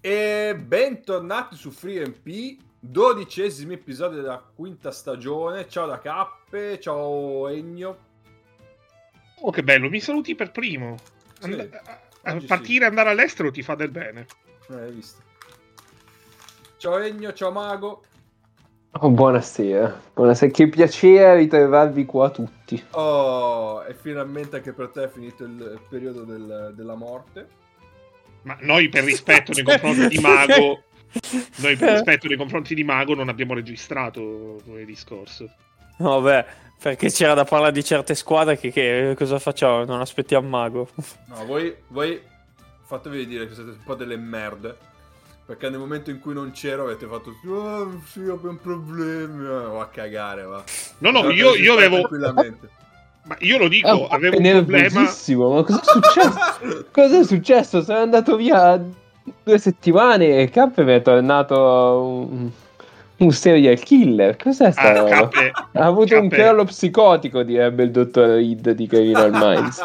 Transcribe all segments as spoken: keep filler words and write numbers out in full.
E bentornati su FreeMP, dodicesimo episodio della quinta stagione. Ciao da Cappe, ciao Ennio. Oh, che bello, mi saluti per primo. Sì, And- a oggi partire sì. e andare all'estero ti fa del bene. Eh, hai visto. Ciao Ennio, ciao Mago. Oh, buonasera. Buonasera, che piacere ritrovarvi qua tutti. Oh, e finalmente anche per te è finito il periodo del- della morte. Ma noi per rispetto nei confronti di Mago, noi per rispetto nei confronti di Mago non abbiamo registrato lunedì scorso. Vabbè, perché c'era da parlare di certe squadre che, che cosa facciamo? Non aspettiamo Mago. No, voi, voi fatevi dire che siete un po' delle merde. Perché nel momento in cui non c'ero avete fatto oh, sì, abbiamo problemi. Eh, va a cagare, va. No, no, Potete io, io registrare avevo... tranquillamente. Ma io lo dico, Oh, avevo è un problema... nervosissimo, ma cosa è successo? Cosa è successo? Sono andato via due settimane e Cappe mi è tornato un, un serial killer. Cos'è sta Ah, roba? Cappe, Ha avuto un Cappe. crollo psicotico, direbbe il dottor Reed di Criminal Minds.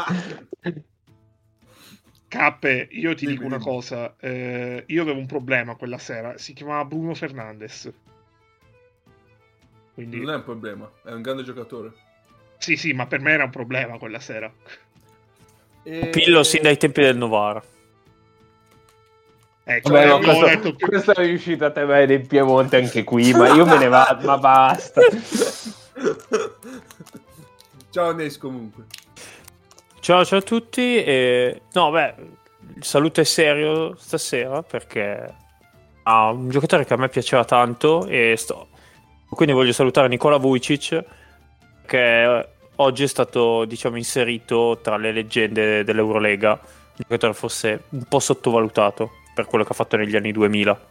Cappe, io ti Dimmi, dico una dimmi. cosa, eh, io avevo un problema quella sera, si chiamava Bruno Fernandes. Quindi... Non è un problema, è un grande giocatore. Sì, sì, ma per me era un problema quella sera. E... Pillo sin dai tempi del Novara. Eh, cioè, Vabbè, ma abbiamo questo, detto che... questo è riuscito a tenere in Piemonte anche qui, ma io me ne vado, ma basta. Ciao Nes comunque. Ciao, ciao a tutti. E... No, beh, il saluto è serio stasera perché ha un giocatore che a me piaceva tanto e sto... Quindi voglio salutare Nikola Vujicic che oggi è stato, diciamo, inserito tra le leggende dell'Eurolega. Un giocatore forse un po' sottovalutato per quello che ha fatto negli anni duemila.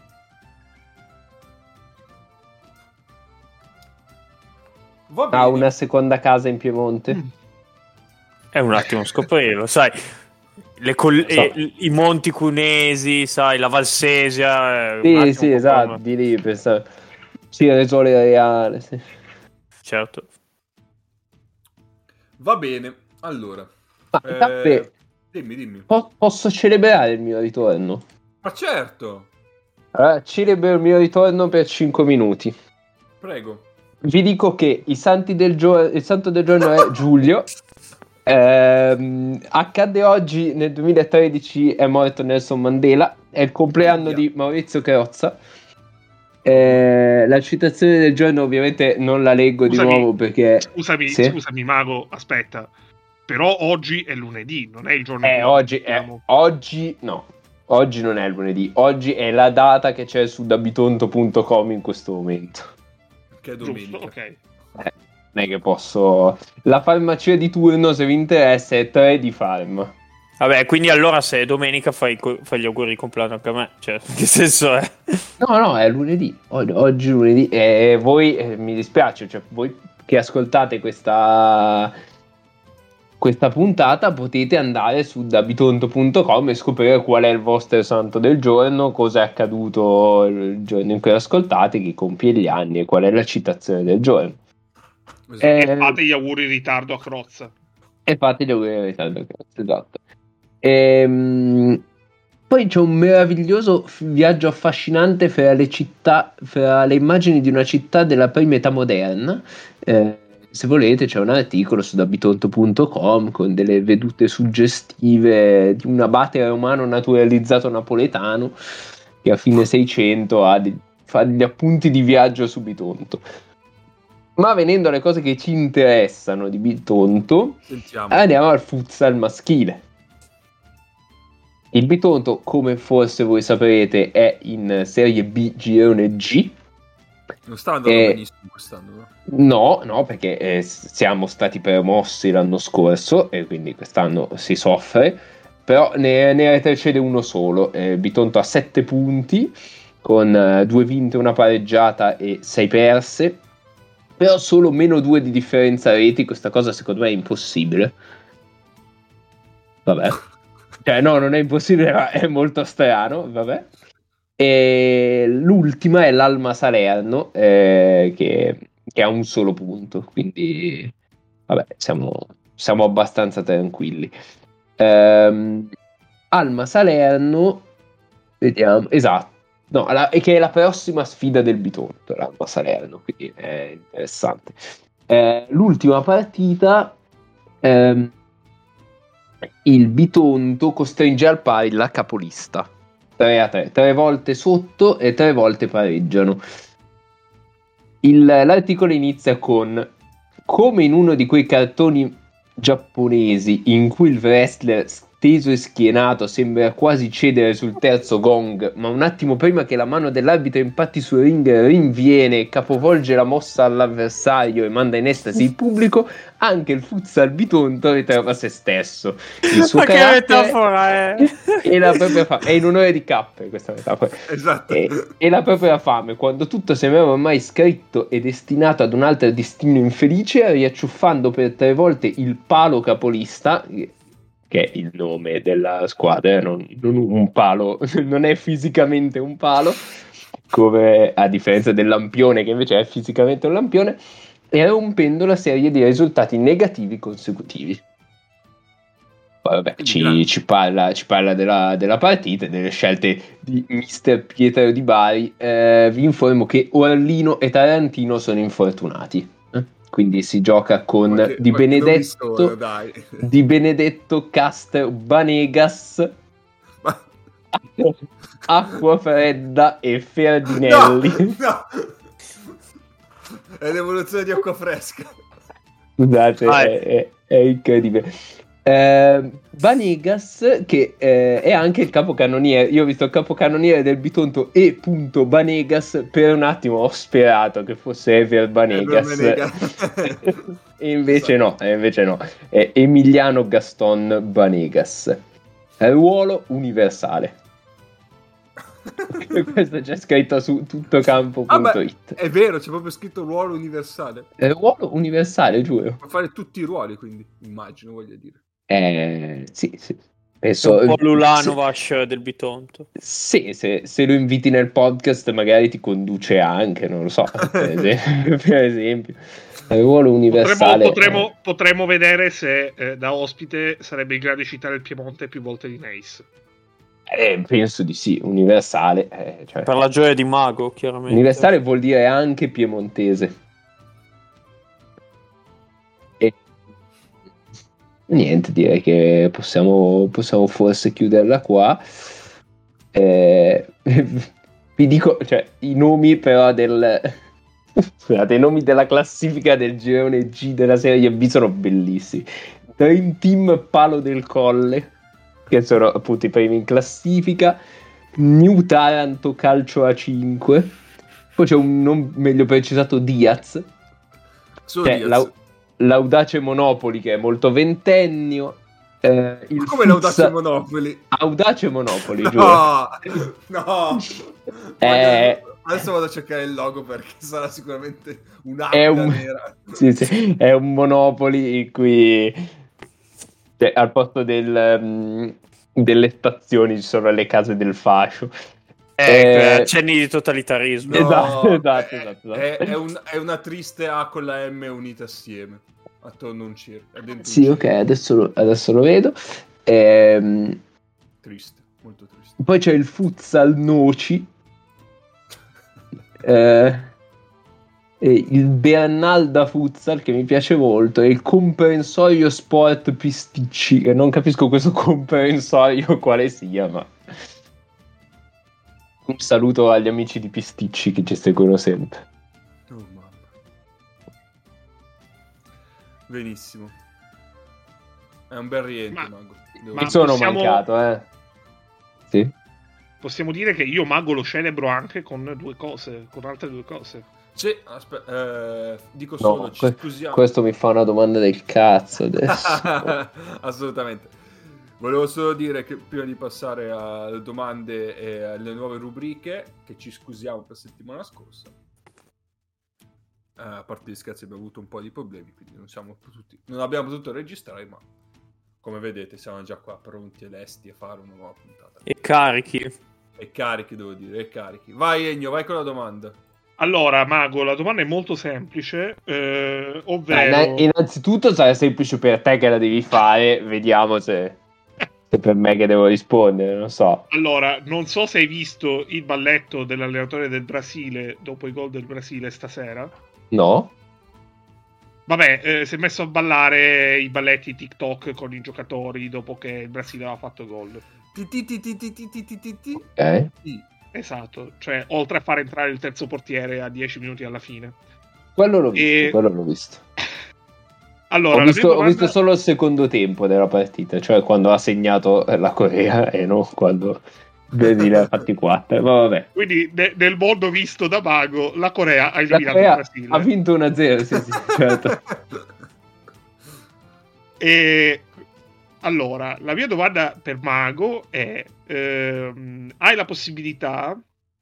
Va bene. Ha una seconda casa in Piemonte. È un attimo scoprirlo, sai. Le col- So. eh, I monti cunesi, sai, la Valsesia. eh, un Sì, attimo sì, un po' esatto, come- di lì, pensavo. Sì, Resole Reale, sì. Certo. Va bene, allora. Ma, Eh, Cappe, dimmi, dimmi. po- posso celebrare il mio ritorno? Ma certo, Allora, celebro il mio ritorno per cinque minuti. prego. Vi dico che i santi del gio- il santo del giorno è Giulio. Ehm, accadde oggi, nel duemilatredici è morto Nelson Mandela. È il compleanno Aia. di Maurizio Carrozza. Eh, la citazione del giorno ovviamente non la leggo Scusami, di nuovo perché Scusami, sì? scusami, Mago, aspetta. Però oggi è lunedì, non è il giorno in Eh, cui oggi, eh, registriamo. oggi no, oggi non è lunedì, oggi è la data che c'è su dabitonto punto com in questo momento. Che è Giusto, domenica. ok. Eh, non è che posso... La farmacia di turno, se vi interessa, è tre di Farm. Vabbè, quindi allora se è domenica fai, co- fai gli auguri di compleanno anche a me. Cioè, che senso è? No, no, è lunedì, oggi, oggi è lunedì. E voi, eh, mi dispiace, cioè voi che ascoltate questa... questa puntata potete andare su dabitonto punto com e scoprire qual è il vostro santo del giorno, cosa è accaduto il giorno in cui ascoltate, chi compie gli anni e qual è la citazione del giorno. Esatto. Eh, E fate gli auguri in ritardo a Crozza. E fate gli auguri in ritardo, esatto. Ehm, poi c'è un meraviglioso f- viaggio affascinante fra le città, fra le immagini di una città della prima età moderna. Eh, se volete c'è un articolo su dabitonto punto com con delle vedute suggestive di un abate romano naturalizzato napoletano che a fine seicento ha di- fa degli appunti di viaggio su Bitonto. Ma venendo alle cose che ci interessano di Bitonto, Sentiamo. andiamo al futsal maschile. Il Bitonto, come forse voi saprete, è in Serie B girone G. Non sta andando Eh, benissimo quest'anno, no? No, no, perché eh, siamo stati promossi l'anno scorso e quindi quest'anno si soffre, però ne, ne retrocede uno solo. Eh, Bitonto ha sette punti, con eh, due vinte, una pareggiata e sei perse, però solo meno due di differenza reti. Questa cosa secondo me è impossibile. Vabbè. Cioè, no, non è impossibile, ma è molto strano, vabbè. E l'ultima è l'Alma Salerno, eh, che, che ha un solo punto, quindi vabbè, siamo, siamo abbastanza tranquilli. Ehm, Alma Salerno Vediamo, esatto. No, la, e che è la prossima sfida del Bitonto, l'anno a Salerno, quindi è interessante. Eh, l'ultima partita, ehm, il Bitonto costringe al pari la capolista. tre a tre, tre volte sotto e tre volte pareggiano. Il, l'articolo inizia con: come in uno di quei cartoni giapponesi in cui il wrestler steso e schienato sembra quasi cedere sul terzo gong, ma un attimo prima che la mano dell'arbitro impatti sul ring rinviene, capovolge la mossa all'avversario e manda in estasi il pubblico, anche il futsal Bitonto ritrova se stesso, il suo Ma che carattere metafora è? e la propria fame. È in onore di Cappe questa metafora. Esatto. E, e la propria fame, quando tutto sembrava ormai scritto e destinato ad un altro destino infelice, riacciuffando per tre volte il palo capolista, che è il nome della squadra, non, non un palo, non è fisicamente un palo, come a differenza del lampione che invece è fisicamente un lampione, e rompendo la serie di risultati negativi consecutivi. Poi vabbè, ci, ci parla, ci parla della, della partita e delle scelte di mister Pietro Di Bari. Eh, vi informo che Orlino e Tarantino sono infortunati. Quindi si gioca con Qualche, Di Benedetto, sono, dai. Di Benedetto, Castro, Banegas, Ma... Acquafredda e Ferdinelli. No, no. È l'evoluzione di acqua fresca. Scusate, ah, è, è, è incredibile. Eh, Banegas, che eh, è anche il capocannoniere. Io ho visto il capocannoniere del Bitonto e punto Banegas. Per un attimo ho sperato che fosse Ever Banegas. E invece no, e invece no. È Emiliano Gaston Banegas. Ruolo universale. Questo c'è scritto su tuttocampo punto it. Ah, è vero, c'è proprio scritto ruolo universale. È ruolo universale, giuro. Può fare tutti i ruoli, quindi immagino, voglio dire. Eh, sì, sì. Penso, è un po' l'Ulanovac del Bitonto. Sì, se, se lo inviti nel podcast magari ti conduce anche, non lo so, per esempio. Per esempio. Il ruolo universale. Potremmo, potremmo, potremmo vedere se eh, da ospite sarebbe in grado di citare il Piemonte più volte di Neis. Eh, penso di sì, universale. Eh, cioè, per la gioia di Mago, chiaramente. Universale vuol dire anche piemontese. E niente, direi che possiamo, possiamo forse chiuderla qua. Eh, vi dico, cioè, i nomi però del... Scusate, i nomi della classifica del girone G della Serie B sono bellissimi. Dream Team Palo del Colle, che sono appunto i primi in classifica, New Taranto Calcio A cinque, poi c'è un non meglio precisato Diaz, Solo c'è Diaz. Lau- l'Audace Monopoli che è molto ventennio. Eh, il Ma come Fuzza- l'Audace Monopoli? Audace Monopoli, giuro. No, no. Eh, Adesso vado a cercare il logo perché sarà sicuramente è un'aquila un, nera. sì, sì, è un Monopoli in cui cioè, al posto del, um, delle stazioni ci sono le case del fascio. Eh, Eh, accenni di totalitarismo. No, esatto, esatto, è, esatto, esatto. È, è un- è una triste A con la M unita assieme. Attorno a un circo. Sì, ok, adesso lo, adesso lo vedo. Ehm, Triste, molto triste. poi c'è il Futsal Noci. Eh, e il Bernalda Futsal che mi piace molto, e il Comprensorio Sport Pisticci, che non capisco questo comprensorio quale sia, ma un saluto agli amici di Pisticci che ci seguono sempre. Oh mamma. Benissimo. È un bel rientro, Ma- Mago. Devo ma Mi dire. sono possiamo- mancato, eh. Sì. Possiamo dire che io Mago lo celebro anche con due cose, con altre due cose. Sì, aspetta, eh, dico No, solo, ci que- scusiamo. questo mi fa una domanda del cazzo adesso. Assolutamente. Volevo solo dire che prima di passare alle domande e alle nuove rubriche, che ci scusiamo per settimana scorsa. Eh, a parte gli scherzi, abbiamo avuto un po' di problemi, quindi non siamo potuti, non abbiamo potuto registrare, ma come vedete siamo già qua pronti e lesti a fare una nuova puntata. E carichi. E carichi, devo dire, e carichi. Vai Ennio, vai con la domanda. Allora, Mago, la domanda è molto semplice, eh, Dai, ovvero... inna- innanzitutto sarà semplice per te che la devi fare, vediamo se... Se per me che devo rispondere, non so. Allora, non so se hai visto il balletto dell'allenatore del Brasile dopo i gol del Brasile stasera. No? Vabbè, eh, si è messo a ballare i balletti TikTok con i giocatori dopo che il Brasile aveva fatto gol. Ok. Esatto, cioè oltre a far entrare il terzo portiere a dieci minuti alla fine. Quello l'ho visto, E- quello l'ho visto. Allora, Ho la visto, mia ho domanda- visto solo il secondo tempo della partita, cioè quando ha segnato la Corea e non quando Brasile ha fatti quattro. Ma vabbè. Quindi ne- nel mondo visto da mago, la Corea ha La eliminato il Corea Brasile. ha vinto uno a zero, sì, sì, certo. E allora, la mia domanda per Mago è: ehm, hai la possibilità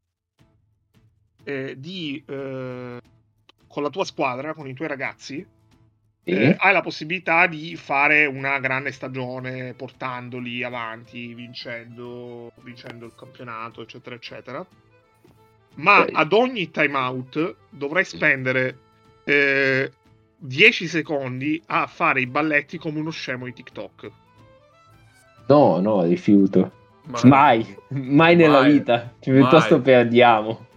eh, di, eh, con la tua squadra, con i tuoi ragazzi, Sì. eh, hai la possibilità di fare una grande stagione portandoli avanti, vincendo, vincendo il campionato, eccetera, eccetera. Ma Ok. ad ogni timeout dovrai spendere eh, dieci secondi a fare i balletti come uno scemo di TikTok. No, no, rifiuto. Ma- Mai, mai nella Mai, vita. Ci mai. piuttosto perdiamo.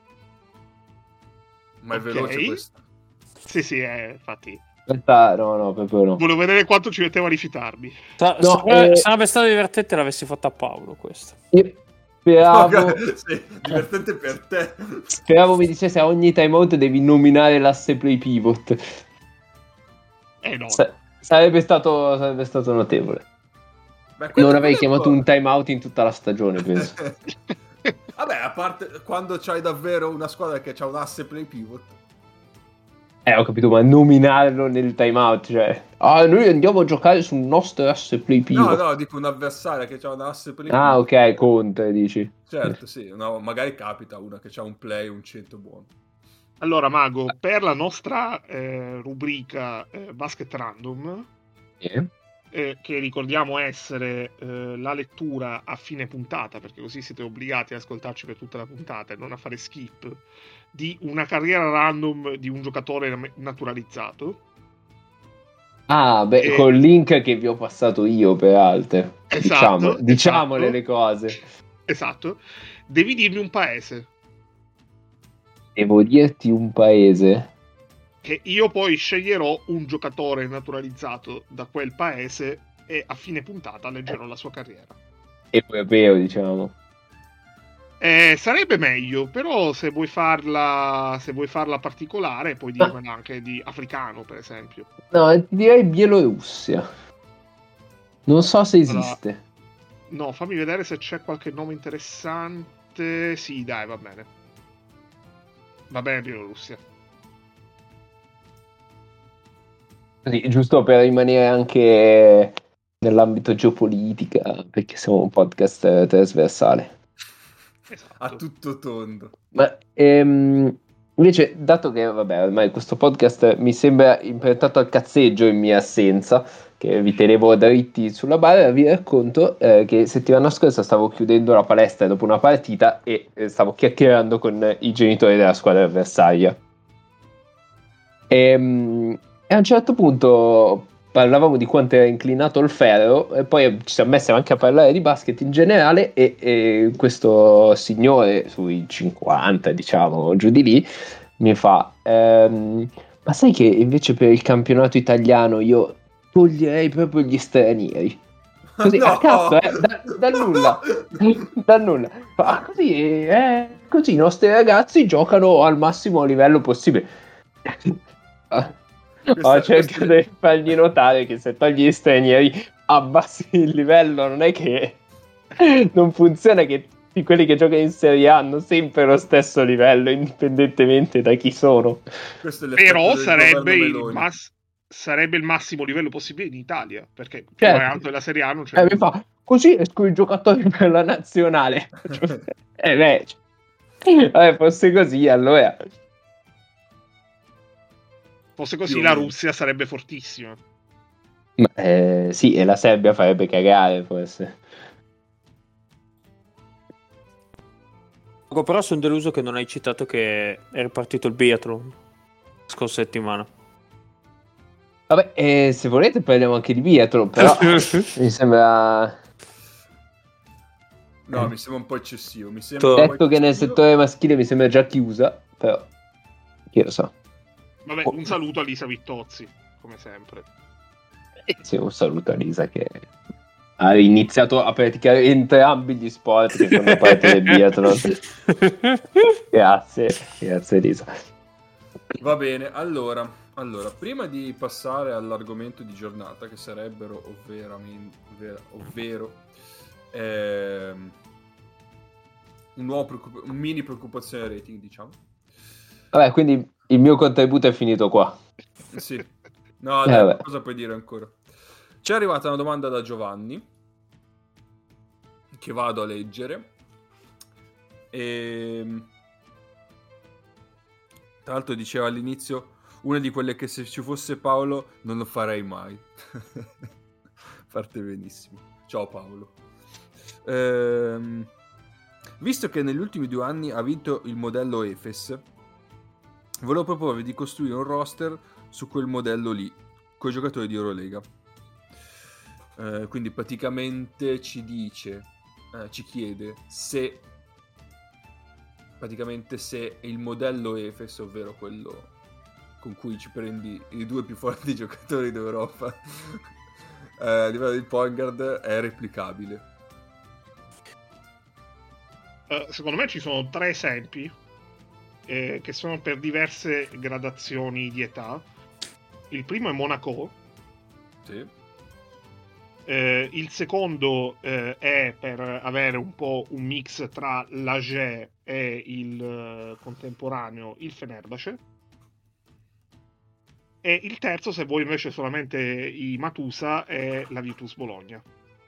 Ma è Ok. veloce questo. Sì, sì, eh, infatti. Questa, no, no, proprio no. Volevo vedere quanto ci metteva a rifiutarmi. Sa- No, sarebbe, eh, sarebbe stato divertente l'avessi fatta a Paolo questo. Io speravo, Sì, divertente per te. speravo mi dicesse a ogni timeout devi nominare l'asse play pivot. Eh no. Sa- sarebbe stato, sarebbe stato notevole. Beh, quello- Non avrei quello- chiamato un timeout in tutta la stagione, penso. Vabbè, a parte quando c'hai davvero una squadra che ha un asse play pivot. Eh, ho capito, ma nominarlo nel timeout, cioè... Ah, noi andiamo a giocare sul nostro asse play No, pivot. no, dico un avversario che ha un asse play Ah, pivot. ok, Conte, dici. Certo, sì, no, magari capita una che ha un play, un cento buono. Allora, Mago, per la nostra eh, rubrica eh, Basket Random, Eh? eh, che ricordiamo essere eh, la lettura a fine puntata, perché così siete obbligati ad ascoltarci per tutta la puntata e non a fare skip, di una carriera random di un giocatore naturalizzato. Ah, beh, E- col link che vi ho passato io, peraltro. Esatto, Diciamo, diciamole esatto. le cose. Esatto. Devi dirmi un paese. Devo dirti un paese. Che io poi sceglierò un giocatore naturalizzato da quel paese e a fine puntata leggerò la sua carriera. Europeo, diciamo. Eh, sarebbe meglio, però se vuoi farla, se vuoi farla particolare, puoi dirmela anche di africano, per esempio. No, ti direi Bielorussia. Non so se Allora, esiste. no, fammi vedere se c'è qualche nome interessante. Sì, dai, va bene. Va bene, Bielorussia. Così, giusto per rimanere anche nell'ambito geopolitica, perché siamo un podcast eh, trasversale. Esatto. A tutto tondo. Ma ehm, invece, dato che vabbè, ormai questo podcast mi sembra improntata al cazzeggio in mia assenza, che vi tenevo dritti sulla barra, vi racconto eh, che settimana scorsa stavo chiudendo la palestra dopo una partita e eh, stavo chiacchierando con i genitori della squadra avversaria. E, e a un certo punto parlavamo di quanto era inclinato il ferro e poi ci siamo messi anche a parlare di basket in generale e, e questo signore sui cinquanta, diciamo, giù di lì, mi fa ehm, ma sai che invece per il campionato italiano io toglierei proprio gli stranieri? Così, No! a cazzo, eh, da, da nulla, da nulla. Ma così, eh, così i nostri ragazzi giocano al massimo livello possibile. Ah, Questa- ho cercato questa- di fargli notare che se togli gli stranieri abbassi il livello, non è che non funziona, che tutti quelli che giocano in Serie A hanno sempre lo stesso livello, indipendentemente da chi sono. Questo è l'effetto Però del sarebbe governo il, Meloni. mass- sarebbe il massimo livello possibile in Italia, perché più Certo. è alto della Serie A non c'è Eh, mi nulla. fa, così esco i giocatori per la nazionale. Eh beh, eh, fosse così, allora... Fosse così Più o la meno. Russia sarebbe fortissima. Ma, eh, sì, e la Serbia farebbe cagare, forse. Però sono deluso che non hai citato che è ripartito il biathlon la scorsa settimana. Vabbè, eh, se volete parliamo anche di biathlon, però mi sembra... No, Eh. mi sembra un po' eccessivo. Mi sembra To- un po' Detto che nel eccessivo. settore maschile mi sembra già chiusa, però chi lo sa. Vabbè, Oh. un saluto a Lisa Vittozzi, come sempre. Sì, un saluto a Lisa che ha iniziato a praticare entrambi gli sport che fanno parte del biathlon. Grazie, grazie Lisa. Va bene, allora, allora, prima di passare all'argomento di giornata, che sarebbero ovvero, ovvero ehm, un, nuovo preoccup- un mini preoccupazione rating, diciamo. Vabbè, quindi il mio contributo è finito qua. Sì. No, Eh, dai, vabbè. cosa puoi dire ancora? Ci è arrivata una domanda da Giovanni, che vado a leggere. E... tra l'altro diceva all'inizio una di quelle che se ci fosse Paolo non lo farei mai. Parte benissimo. Ciao Paolo. Ehm, visto che negli ultimi due anni ha vinto il modello Efes, volevo proporvi di costruire un roster su quel modello lì, con i giocatori di Eurolega. Eh, quindi praticamente ci dice, eh, ci chiede se praticamente se il modello Efes, ovvero quello con cui ci prendi i due più forti giocatori d'Europa eh, a livello di point guard, è replicabile. Uh, secondo me ci sono tre esempi eh, che sono per diverse gradazioni di età. Il primo è Monaco. Sì. Eh, il secondo eh, è per avere un po' un mix tra l'Angers e il eh, contemporaneo, il Fenerbahce. E il terzo, se vuoi invece solamente i Matusa, è la Virtus Bologna.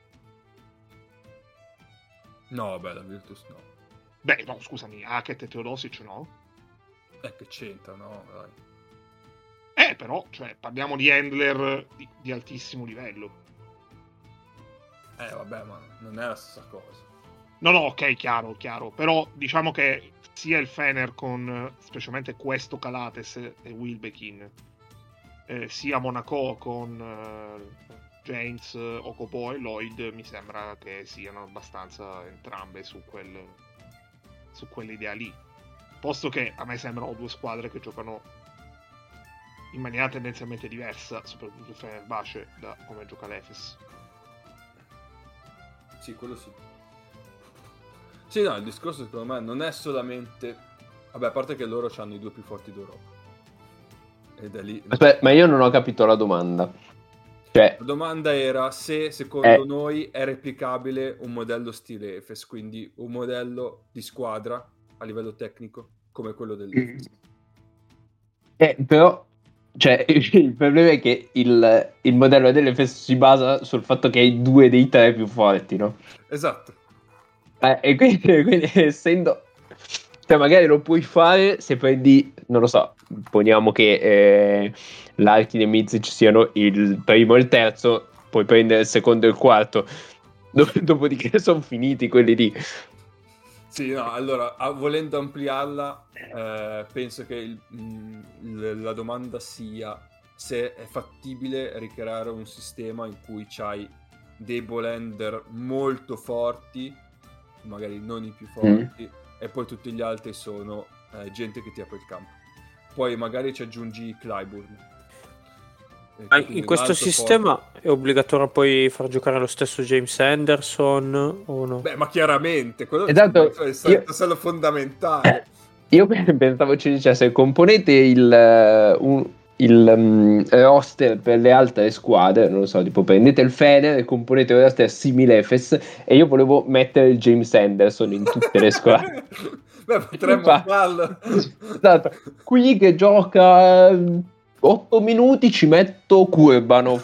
No, vabbè, la Virtus no. Beh, no, scusami, Hackett e Teodosic no? Eh, che c'entra, no? Dai. Eh, però, cioè, parliamo di handler di, di altissimo livello. Eh, vabbè, ma non è la stessa cosa. No, no, ok, chiaro, chiaro. Però diciamo che sia il Fener con, specialmente questo Calates e Wilbekin, eh, sia Monaco con eh, James, Okobo e Lloyd, mi sembra che siano abbastanza entrambe su, quel, su quell'idea lì. Posto che a me sembrano due squadre che giocano in maniera tendenzialmente diversa, soprattutto il Fenerbahce, da come gioca l'Efes. Sì, quello sì. Sì, no, il discorso secondo me non è solamente... Vabbè, a parte che loro hanno i due più forti d'Europa. Ed è lì... Aspetta, ma io non ho capito la domanda. Cioè, La domanda era se, secondo Eh. noi, è replicabile un modello stile Efes, quindi un modello di squadra a livello tecnico, come quello dell'Efes. eh, però, cioè, il problema è che il, il modello dell'Efes si basa sul fatto che hai due dei tre più forti, no? Esatto. Eh, e quindi, quindi essendo... Cioè, magari lo puoi fare se prendi, non lo so, poniamo che eh, l'Arkin e Mizic siano il primo e il terzo, puoi prendere il secondo e il quarto. Dop- dopodiché sono finiti quelli lì. Sì, no, allora, a- volendo ampliarla, eh, penso che il- mh, la domanda sia se è fattibile ricreare un sistema in cui c'hai dei ball-handler molto forti, magari non i più forti, e poi tutti gli altri sono eh, gente che ti apre il campo. Poi magari ci aggiungi Clyburn. E Ma quindi in un questo altro sistema forte. è obbligatorio poi far giocare lo stesso James Anderson o no? Beh, ma chiaramente, quello Esatto, è il io- tassello fondamentale. Io pensavo ci dicesse, componete il, eh, un- il um, roster per le altre squadre, non lo so, tipo prendete il Fener e componete un roster simile Efes, e io volevo mettere il James Anderson in tutte le squadre. Beh, potremmo Ma- farlo. Esatto. Qui che gioca otto minuti ci metto Kurbanov.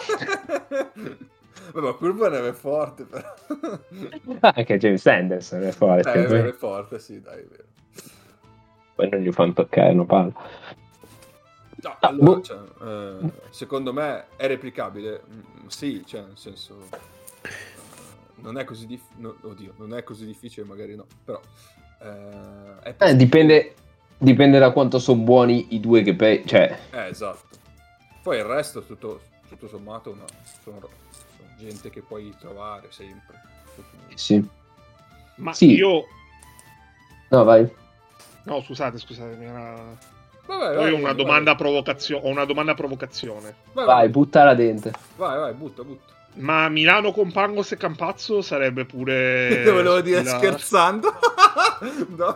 Beh, ma Kurban è forte, però. Anche James Anderson è forte. Eh, è vero, poi. è forte, sì, dai, è vero. Poi non gli fanno toccare una palla. No, Ah, allora, boh. cioè, eh, secondo me è replicabile. Mm, sì, cioè, nel senso... eh, non è così difficile... No, oddio, non è così difficile, magari no, però... eh, è Eh, possibile. dipende, dipende da quanto sono buoni i due che pe- cioè, Eh, esatto. Poi il resto, tutto, tutto sommato, no, sono, sono gente che puoi trovare sempre. sì. Ma sì. io... No, vai. No, scusate, scusate, mi era... Vabbè, Poi vai, ho una vai, domanda vai. provocazione. Ho una domanda provocazione. Vai, Vai, vai, buttala dentro. vai, vai, butta, butta. Ma Milano con Pangos e Campazzo sarebbe pure... Volevo dire la- scherzando. No.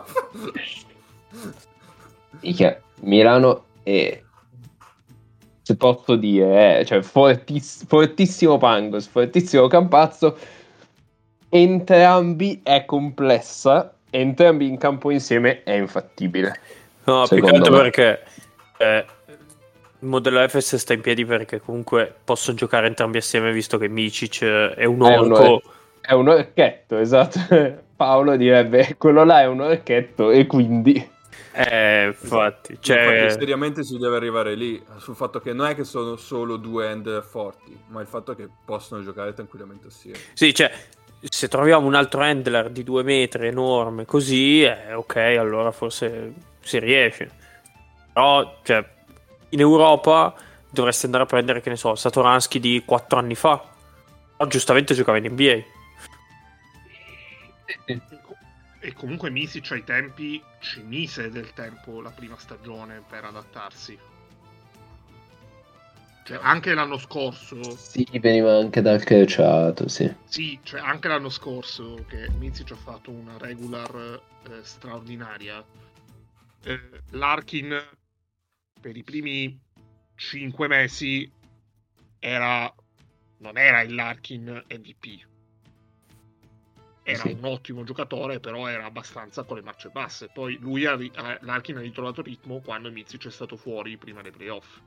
Minchia, Milano è, se posso dire, eh, cioè fortiss- fortissimo Pangos, fortissimo Campazzo. Entrambi è complessa, entrambi in campo insieme è infattibile. No, più che Secondo altro me. perché eh, il modello F S sta in piedi perché comunque possono giocare entrambi assieme, visto che Micic è un È un, orco. è un orchetto, esatto. Paolo direbbe quello là è un orchetto e quindi... Eh, infatti, cioè, Infatti, seriamente si deve arrivare lì sul fatto che non è che sono solo due hand forti, ma il fatto che possono giocare tranquillamente assieme. sì, cioè, se troviamo un altro handler di due metri enorme così, eh, ok, allora forse si riesce. Però, cioè, in Europa dovresti andare a prendere, che ne so, Satoransky di quattro anni fa. Però giustamente giocava in N B A. E comunque Misic ai tempi ci mise del tempo la prima stagione per adattarsi. Cioè, anche l'anno scorso... Sì, veniva anche dal calciato, sì. Sì, cioè anche l'anno scorso che Micic ha fatto una regular eh, straordinaria. Eh, Larkin per i primi cinque mesi era non era il Larkin M V P. Era Sì. un ottimo giocatore, però era abbastanza con le marce basse. Poi lui ha, ri- ha- Larkin ha ritrovato ritmo quando Micic è stato fuori prima dei playoff.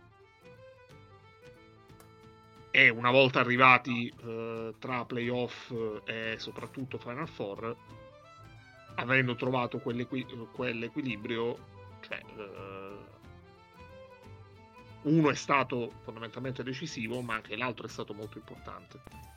E una volta arrivati eh, tra playoff e soprattutto Final Four, avendo trovato quell'equi- quell'equilibrio, cioè, eh, uno è stato fondamentalmente decisivo, ma anche l'altro è stato molto importante.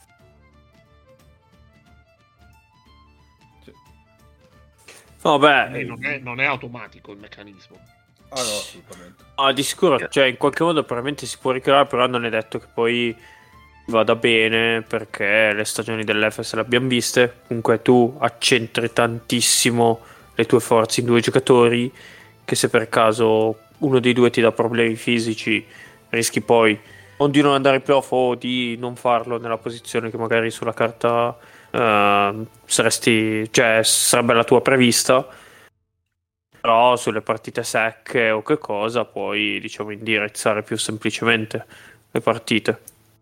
No, beh, Quindi non è, non è automatico il meccanismo. Ah no, assolutamente. ah, di sicuro, cioè, in qualche modo probabilmente si può ricreare, però non è detto che poi vada bene, perché le stagioni dell'F S le abbiamo viste. Comunque tu accentri tantissimo le tue forze in due giocatori, che se per caso uno dei due ti dà problemi fisici, rischi poi o di non andare in playoff o di non farlo nella posizione che magari sulla carta eh, saresti, cioè sarebbe la tua prevista. Però sulle partite secche o che cosa puoi, diciamo, indirizzare più semplicemente le partite.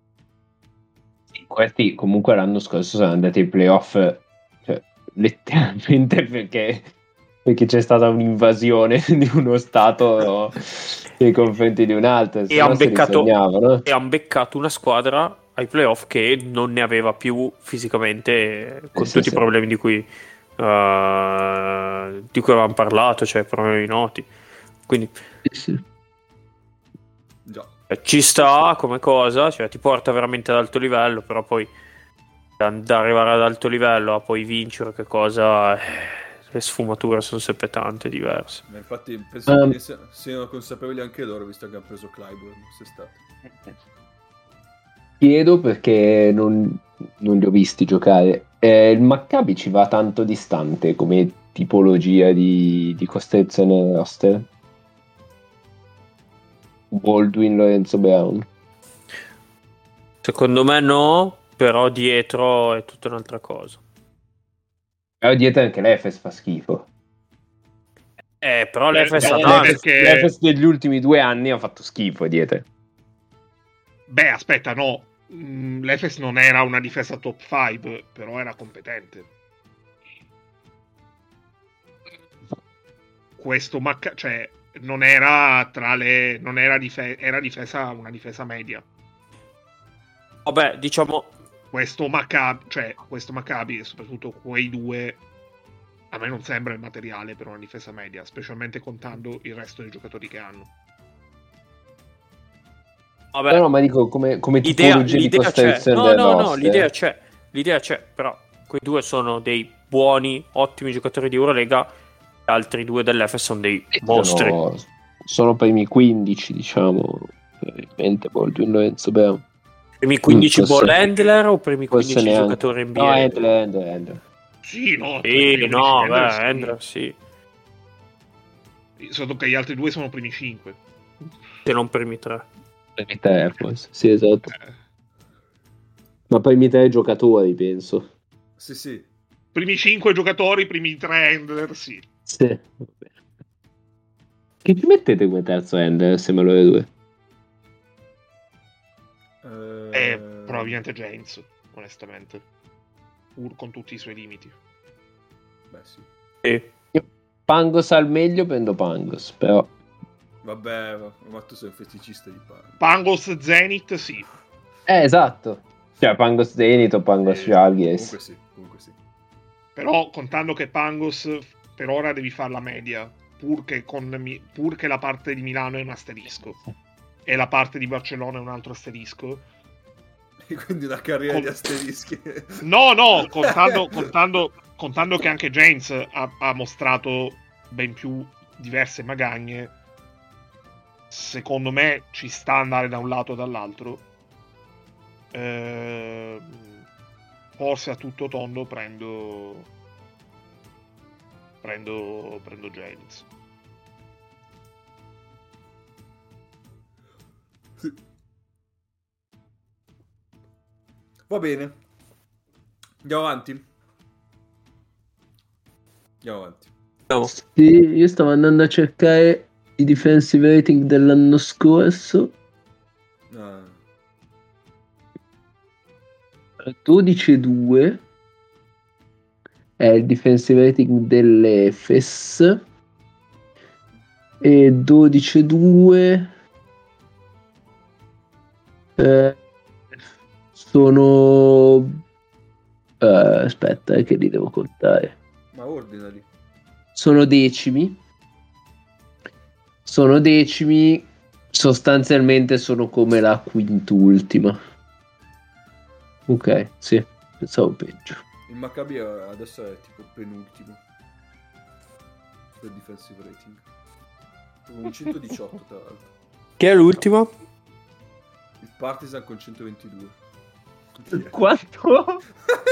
Questi comunque l'anno scorso sono andati ai playoff, cioè, letteralmente perché, perché c'è stata un'invasione di uno stato nei confronti di un altro, se E no hanno se li beccato, sognavano. e han beccato una squadra ai playoff che non ne aveva più fisicamente, con Eh, sì, tutti sì. i problemi di cui, uh, di cui avevamo parlato, cioè problemi noti. Quindi Sì. Già. ci sta come cosa, cioè ti porta veramente ad alto livello, però poi da, da arrivare ad alto livello a poi vincere, che cosa, eh, le sfumature sono sempre tante diverse. Ma infatti penso Um, che si- siano consapevoli anche loro, visto che hanno preso Clyburn quest'estate. Chiedo perché non, non li ho visti giocare. Eh, il Maccabi ci va tanto distante come tipologia di, di costruzione roster. Baldwin, Lorenzo Brown. Secondo me no, però dietro è tutta un'altra cosa. Però dietro anche l'Efes fa schifo. Eh, però Beh, l'Efes no, ha beh, tanto. L'Efes, perché- l'Efes degli ultimi due anni ha fatto schifo dietro. Beh, aspetta, no. Mm, L'Efes non era una difesa top cinque, però era competente. Questo Macca- cioè non era tra le non era dife- era difesa una difesa media. Vabbè, diciamo, Questo Maccabi, cioè questo Maccabi e soprattutto quei due a me non sembra il materiale per una difesa media, specialmente contando il resto dei giocatori che hanno. vabbè, No, no, ma dico come, come l'idea, tipologia di l'idea c'è. costruzione No, del no, no, roster. l'idea c'è. L'idea c'è, però quei due sono dei buoni, ottimi giocatori di Eurolega, gli altri due dell'Efes sono dei mostri. Sono, sono primi quindici, diciamo. Probabilmente Baldwin, Lorenzo Brown. Primi quindici Mm, forse- ball handler o primi forse quindici neanche. giocatori N B A? No, Handler, Handler, Handler. Sì, no, Sì, no, beh, Ender, sì. Solo che gli altri due sono primi cinque. Se non primi tre. Primi tre, forse. Sì, esatto. Eh. Ma primi tre giocatori, penso. Sì, sì. Primi cinque giocatori, primi tre handler, sì. Sì. Vabbè. Che ci mettete come terzo handler assieme a loro due? Eh... È probabilmente James, onestamente. Pur con tutti i suoi limiti. Beh, sì. Sì. Io Pangos al meglio prendo Pangos, però... Vabbè, ma, ma tu sei un feticista di Pangos. Pangos Zenith, sì. Eh, esatto. Cioè, Pangos Zenith o Pangos Eh, Jalgies. Comunque sì, comunque sì. Però contando che Pangos per ora devi fare la media, pur che, con, pur che la parte di Milano è un asterisco e la parte di Barcellona è un altro asterisco. E quindi una carriera Con- di asterischi. No, no, contando, contando, contando che anche James ha, ha mostrato ben più diverse magagne, secondo me ci sta andare da un lato o dall'altro. Ehm... Forse a tutto tondo prendo prendo prendo James. Sì. Va bene. Andiamo avanti. Andiamo avanti. No. Sì, io stavo andando a cercare i defensive rating dell'anno scorso. Ah. dodici e due è il defensive rating dell'Efes e dodici e due eh, sono eh, aspetta eh, che li devo contare, Ma ordinali. sono decimi sono decimi sostanzialmente sono come la quintultima. Ok, sì, pensavo peggio. Il Maccabi adesso è tipo penultimo per defensive rating. Con centodiciotto tra l'altro. Chi è l'ultimo? Il Partizan con centoventidue. Quanto?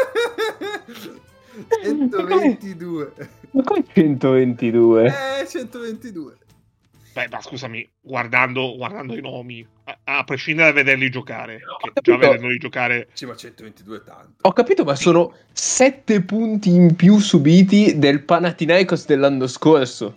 centoventidue. Ma come centoventidue? Eh, centoventidue. Beh, ma scusami, guardando, guardando i nomi, a, a prescindere da vederli giocare, che capito. già vedendoli giocare Sì, ma centoventidue è tanto. Ho capito, ma sono sette punti in più subiti del Panathinaikos dell'anno scorso.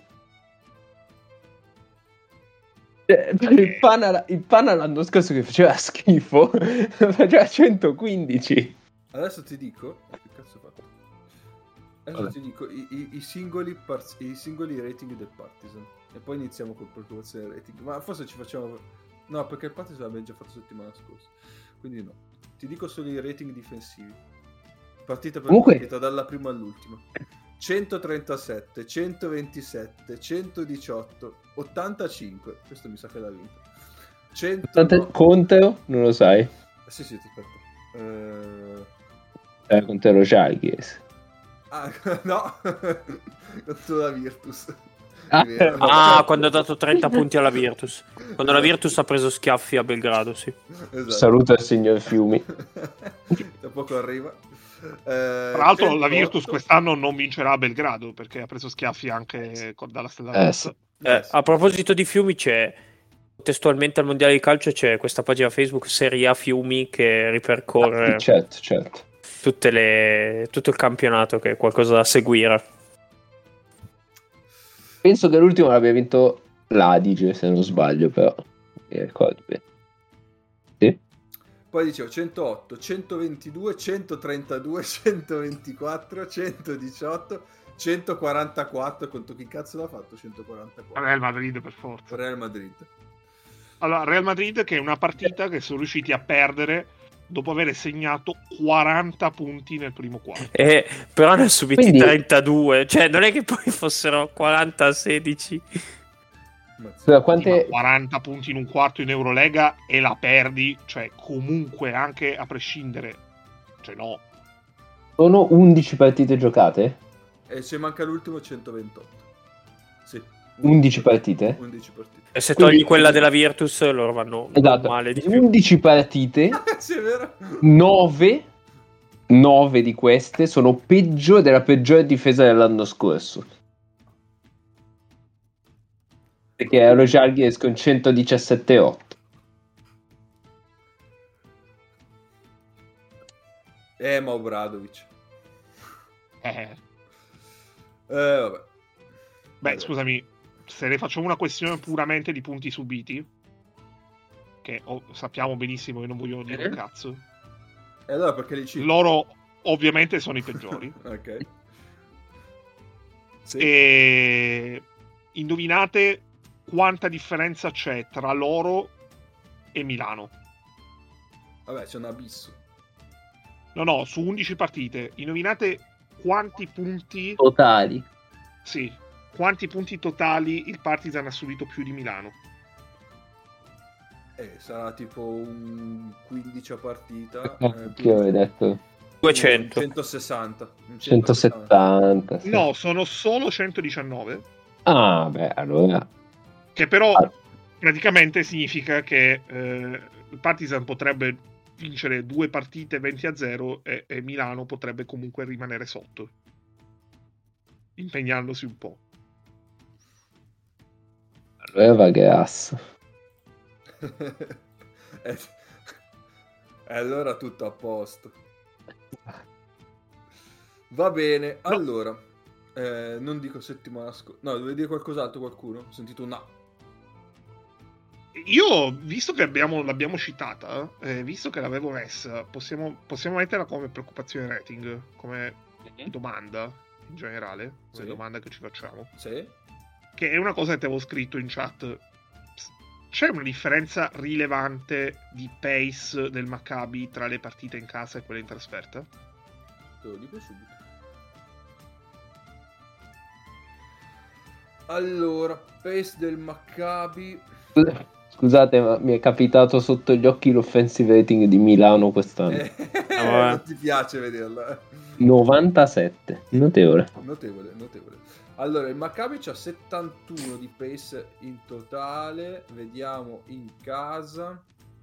Cioè, il, Pana, il Pana l'anno scorso che faceva schifo faceva centoquindici. Adesso ti dico che cazzo ho fatto? Adesso Vabbè. ti dico i, i, i singoli par- i singoli rating del Partizan e poi iniziamo con preoccupazione del rating. Ma forse ci facciamo no, perché il Partizan l'abbiamo già fatto settimana scorsa. Quindi no. Ti dico solo i rating difensivi. Partita per Comunque... partita dalla prima all'ultima. centotrentasette, centoventisette, centodiciotto, ottantacinque. Questo mi sa che l'ha vinto. cento... Conteo? Non lo sai. Eh, sì, sì, aspetta. Eh... Eh, Conteo Jalgies. Ah, no. Contro la Virtus. Ah, È vero. Ah, quando ha dato trenta punti alla Virtus. Quando la Virtus ha preso schiaffi a Belgrado, sì. Esatto. Saluto il signor Fiumi. Tra poco arriva. Eh, Tra l'altro centotto. la Virtus quest'anno non vincerà a Belgrado perché ha preso schiaffi anche con- dalla Stella Eh, Rossa. sì. Eh, a proposito di Fiumi, c'è testualmente al Mondiale di Calcio c'è questa pagina Facebook Serie A Fiumi che ripercorre Certo, certo. tutte le, tutto il campionato, che è qualcosa da seguire. Penso che l'ultimo l'abbia vinto l'Adige, se non sbaglio, però mi ricordo bene. Sì? Poi dicevo centootto, centoventidue, centotrentadue, centoventiquattro, centodiciotto, centoquarantaquattro. Contro chi cazzo l'ha fatto centoquarantaquattro? Real Madrid per forza. Real Madrid. Allora, Real Madrid che è una partita che sono riusciti a perdere dopo aver segnato quaranta punti nel primo quarto. Eh, però ne ha subiti Quindi- trentadue, cioè non è che poi fossero quaranta a sedici. Scusa, Sì, quante... ma quaranta punti in un quarto in Eurolega e la perdi, cioè comunque anche a prescindere, cioè no. Sono undici partite giocate? E ci manca l'ultimo centoventotto. Sì. undici partite? undici partite. E se Quindi- togli quella della Virtus, loro vanno Esatto. male di più. undici partite, Sì, è vero. nove nove di queste sono peggio della peggiore difesa dell'anno scorso. Perché lo Žalgiris con centodiciassette virgola otto. Eh, ma Obradovic. Eh. Eh, vabbè. Beh, Vabbè. scusami, se ne facciamo una questione puramente di punti subiti, che oh, sappiamo benissimo che non vogliono dire Eh? un cazzo, E allora perché li citi? loro ovviamente sono i peggiori. Ok. Sì. E indovinate quanta differenza c'è tra loro e Milano. Vabbè, c'è un abisso. No, no, su undici partite. Indovinate quanti punti... Totali. Sì, quanti punti totali il Partizan ha subito più di Milano. Eh, sarà tipo un quindici a partita. Eh, eh, che avevo detto? duecento. centosessanta. Un centosettanta. Sì. No, sono solo centodiciannove. Ah, beh, allora. Che però Ah. praticamente significa che eh, il Partizan potrebbe vincere due partite venti a zero e, e Milano potrebbe comunque rimanere sotto, impegnandosi un po'. Allora va grasso. E allora tutto a posto. Va bene, No. allora. Eh, non dico settimana scorsa. No, dovete dire qualcos'altro qualcuno? Ho sentito un no. Io, visto che abbiamo, l'abbiamo citata, eh, visto che l'avevo messa, possiamo, possiamo metterla come preoccupazione rating, come domanda in generale, come Sì. domanda che ci facciamo. Sì? Che è una cosa che ti avevo scritto in chat. C'è una differenza rilevante di pace del Maccabi tra le partite in casa e quelle in trasferta? Te lo dico subito. Allora, pace del Maccabi. Scusate, ma mi è capitato sotto gli occhi l'offensive rating di Milano quest'anno. Eh, vabbè. non ti piace vederla. eh. novantasette. Notevole. Notevole, notevole. Allora, il Maccabi c'ha settantuno di pace in totale. Vediamo in casa.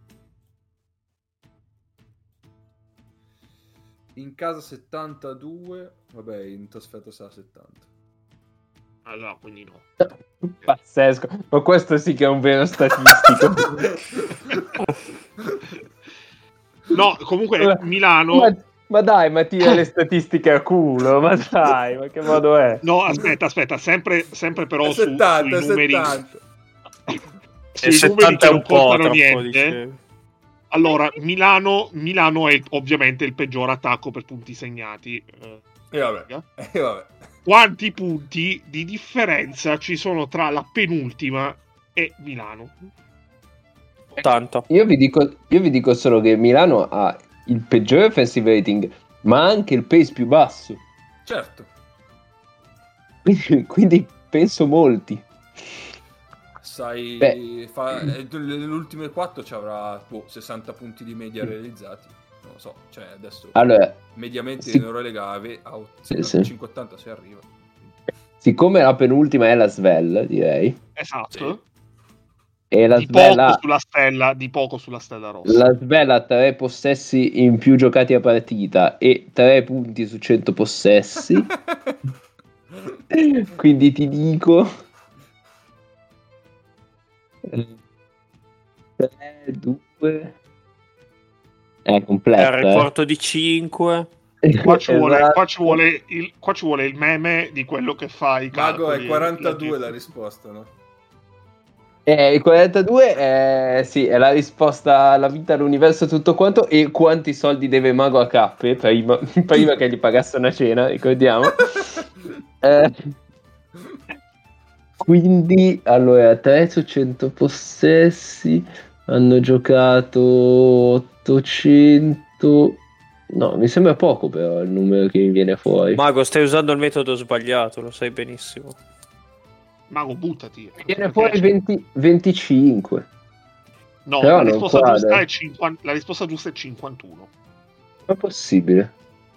In casa settantadue. Vabbè, in trasferta sarà settanta. Allora, quindi no. Pazzesco. Ma questo sì che è un vero statistico. No, comunque Milano... Ma, ma dai, ma tira le statistiche a culo. Ma dai, ma che modo è? No, aspetta, aspetta, sempre, sempre però È su, settanta, sui numeri... settanta. E sui numeri settanta che è non un po' contano troppo, niente. dicevi. Allora, Milano, Milano è ovviamente il peggior attacco per punti segnati. Eh, E vabbè. E vabbè. Quanti punti di differenza ci sono tra la penultima e Milano? ottanta. Io vi dico, io vi dico solo che Milano ha il peggiore offensive rating, ma anche il pace più basso. Certo. Quindi, quindi penso molti. Sai, Beh. fa, eh, le ultime quattro ci avrà boh, sessanta punti di media realizzati. Non lo so, cioè adesso Allora, mediamente sì. in Eurolega ave- a Sì, sì. cinque ottanta si arriva. siccome la penultima è la Svel, direi, Esatto. e la Di poco Svela, sulla stella, di poco sulla stella rossa. la Svela ha tre possessi in più giocati a partita e tre punti su cento possessi. Quindi ti dico tre, due è È completa, il reporto di cinque. eh. Qua ci, vuole, Esatto. qua, ci vuole il, qua ci vuole il meme di quello che fa i Mago calcoli. è quarantadue la la risposta, no? Eh, il quarantadue è, sì, è la risposta alla vita, all'universo, tutto quanto, e quanti soldi deve Mago a Cappe prima, prima che gli pagasse una cena, ricordiamo. Eh, quindi, allora, tre su cento possessi, hanno giocato ottocento... No, mi sembra poco però il numero che mi viene fuori. Mago, stai usando il metodo sbagliato, lo sai benissimo. Mago, buttati. Mi viene fuori venti, venticinque. No, Però la non risposta, quadra. giusta è cinquanta, la risposta giusta è cinquantuno. Ma è possibile?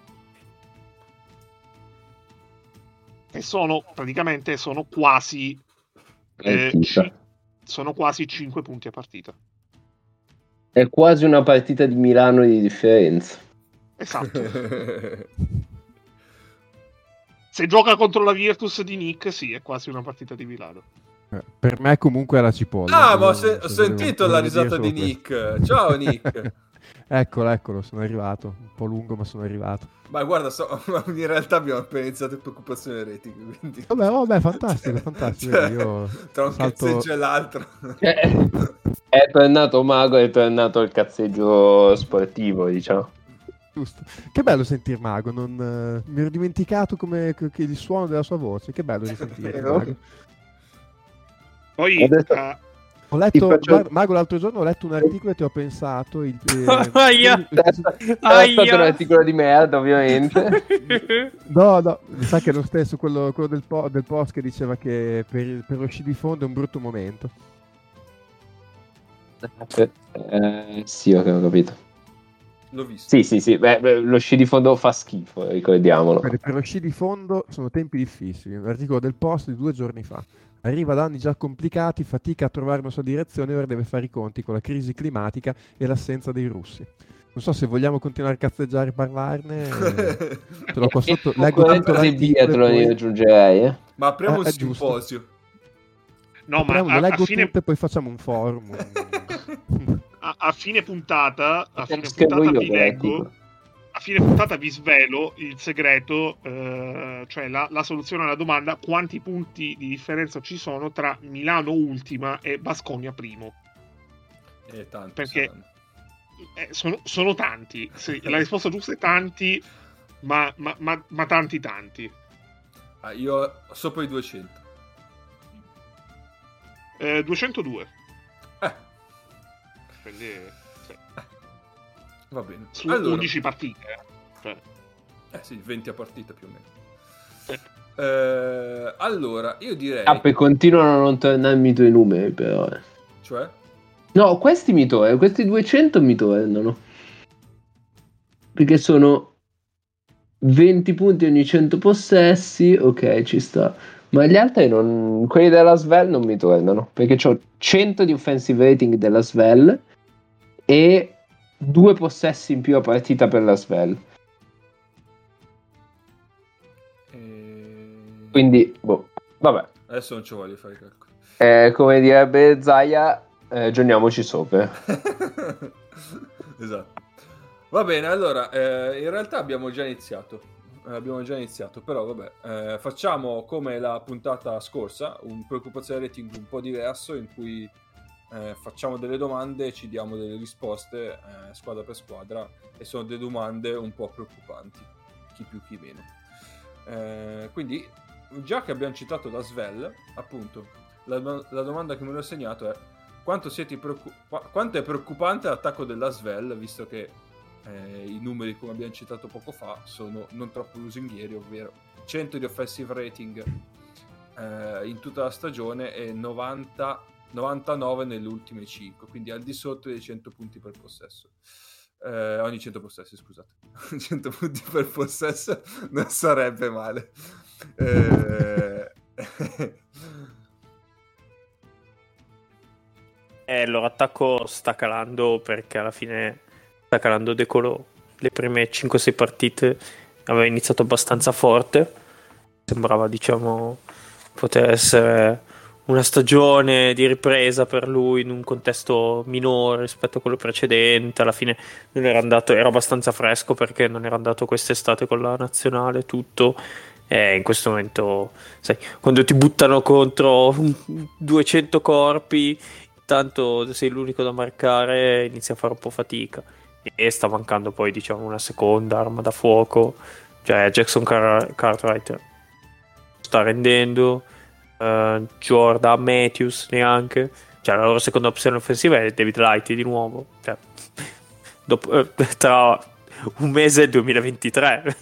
E sono praticamente sono quasi eh, Partita. ci- sono quasi cinque punti a partita. È quasi una partita di Milano di differenza. Esatto. Se gioca contro la Virtus di Nick, sì, è quasi una partita di Milano. Eh, per me comunque è la cipolla. Ah, ma ho, se, se- ho sentito la risata di Nick. Ciao Nick. Eccolo, eccolo, sono arrivato. Un po' lungo, ma sono arrivato. Ma guarda, so, in realtà abbiamo appena iniziato preoccupazione rating. Quindi... Vabbè, vabbè, fantastico, fantastico. Cioè, Io tra un salto... cazzeggio e l'altro. Eh, è tornato Mago, è tornato il cazzeggio sportivo, diciamo. Giusto. Che bello sentir Mago, non, eh, mi ero dimenticato come che, che il suono della sua voce, che bello risentire Mago. Poi Adesso... uh, Ho letto, faccio... guarda, Mago, l'altro giorno ho letto un articolo e ti ho pensato il, eh, Aia. È stato un articolo di merda, ovviamente. no, no, mi sa che è lo stesso, quello, quello del, po- del post che diceva che per, per lo sci di fondo è un brutto momento. Eh, sì, ok, ho capito. L'ho visto. Sì, sì, sì. Beh, beh, lo sci di fondo fa schifo, ricordiamolo. Per, per lo sci di fondo sono tempi difficili. Un articolo del Post di due giorni fa. Arriva da anni già complicati, fatica a trovare una sua direzione, ora deve fare i conti con la crisi climatica e l'assenza dei russi. Non so se vogliamo continuare a cazzeggiare e parlarne. Te l'ho qua sotto. Leggo tutto l'articolo. Te lo aggiungerei, eh. Ma apriamo Eh, un è giusto. simposio. no, ma Apriamo, a, le leggo a fine tutte e poi facciamo un forum. a, a fine puntata, a fine Scrivo puntata io vi quell'articolo. leggo, a fine puntata vi svelo il segreto, eh, cioè la, la soluzione alla domanda: quanti punti di differenza ci sono tra Milano ultima e Baskonia primo? Eh, tanti Perché saranno. eh, sono, sono tanti. Sì, la risposta giusta è tanti, ma, ma, ma, ma tanti tanti. Ah, io ho sopra i duecento. Eh, duecentodue. Eh, Quindi sì. va bene. Su Allora, undici partite. eh. Cioè, eh sì, venti a partita più o meno. sì. Eh, allora, io direi... Ah, poi continuano a non tornarmi i tuoi numeri, però. Eh. Cioè? No, questi mi tornano, questi duecento mi tornano. Perché sono venti punti ogni cento possessi, ok, ci sta. Ma gli altri non... quelli della Svel non mi tornano, perché ho cento di offensive rating della Svel e due possessi in più a partita per la Svel. E... Quindi, boh, vabbè. Adesso non ci voglio fare i calcoli. Eh, come direbbe Zaya, eh, giochiamoci sopra. Esatto. Va bene, allora, eh, in realtà abbiamo già iniziato. Eh, abbiamo già iniziato, però vabbè, eh, facciamo come la puntata scorsa, un preoccupazione rating un po' diverso in cui eh, facciamo delle domande e ci diamo delle risposte eh, squadra per squadra, e sono delle domande un po' preoccupanti, chi più chi meno. Eh, quindi, già che abbiamo citato la Svel, appunto, la, la domanda che me l'ho segnato è: quanto, siete preoccup- qu- quanto è preoccupante l'attacco della Svel, visto che eh, i numeri, come abbiamo citato poco fa, sono non troppo lusinghieri, ovvero cento di offensive rating eh, in tutta la stagione e novanta, novantanove nelle ultime cinque, quindi al di sotto dei cento punti per possesso. Eh, ogni cento possessi, scusate. cento punti per possesso non sarebbe male. Eh... Eh, il loro attacco sta calando, perché alla fine sta calando De Colo. Le prime cinque sei partite aveva iniziato abbastanza forte, sembrava, diciamo, poter essere una stagione di ripresa per lui in un contesto minore rispetto a quello precedente. Alla fine non era andato, era abbastanza fresco perché non era andato quest'estate con la nazionale, tutto. E in questo momento, sai, quando ti buttano contro duecento corpi, tanto sei l'unico da marcare, inizia a fare un po' fatica, e sta mancando poi, diciamo, una seconda arma da fuoco. Cioè Jackson Car- Cartwright sta rendendo, uh, Jordan Matthews neanche, cioè la loro seconda opzione offensiva è David Light di nuovo, cioè, dopo, eh, tra un mese è il duemilaventitré.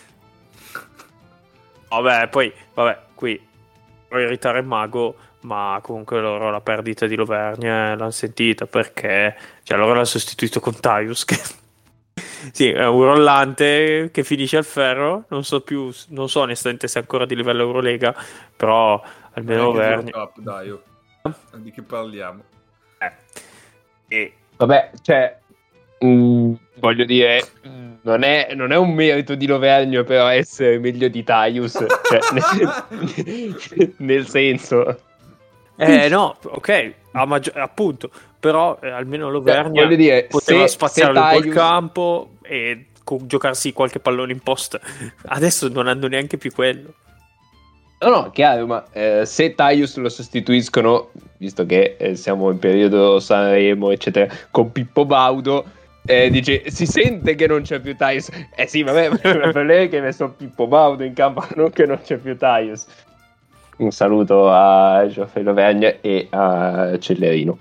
Vabbè, poi vabbè, qui puoi irritare il Mago, ma comunque loro la perdita di Lovergne l'hanno sentita, perché cioè loro l'hanno sostituito con Tyus, che sì, è un rollante che finisce al ferro. Non so più, non so onestamente se è ancora di livello Eurolega, però almeno Lovergne, Up, dai, oh. Di che parliamo? eh. E Vabbè, cioè, mh, voglio dire, non è, non è un merito di Lovegno però essere meglio di Tyus, cioè, nel, nel senso... Eh no, ok, a maggi- appunto, però eh, almeno Lovernia voglio dire, poteva se- spaziare se un po' il Tyus- campo e co- giocarsi qualche pallone in post. Adesso non hanno neanche più quello. No, no, chiaro, ma eh, se Tyus lo sostituiscono, visto che eh, siamo in periodo Sanremo, eccetera, con Pippo Baudo, eh, dice, si sente che non c'è più Tyus. Eh sì, vabbè, per lei che hai messo Pippo Baudo in campo, non che non c'è più Tyus. Un saluto a Geoffrey Lovegna e a Cellerino.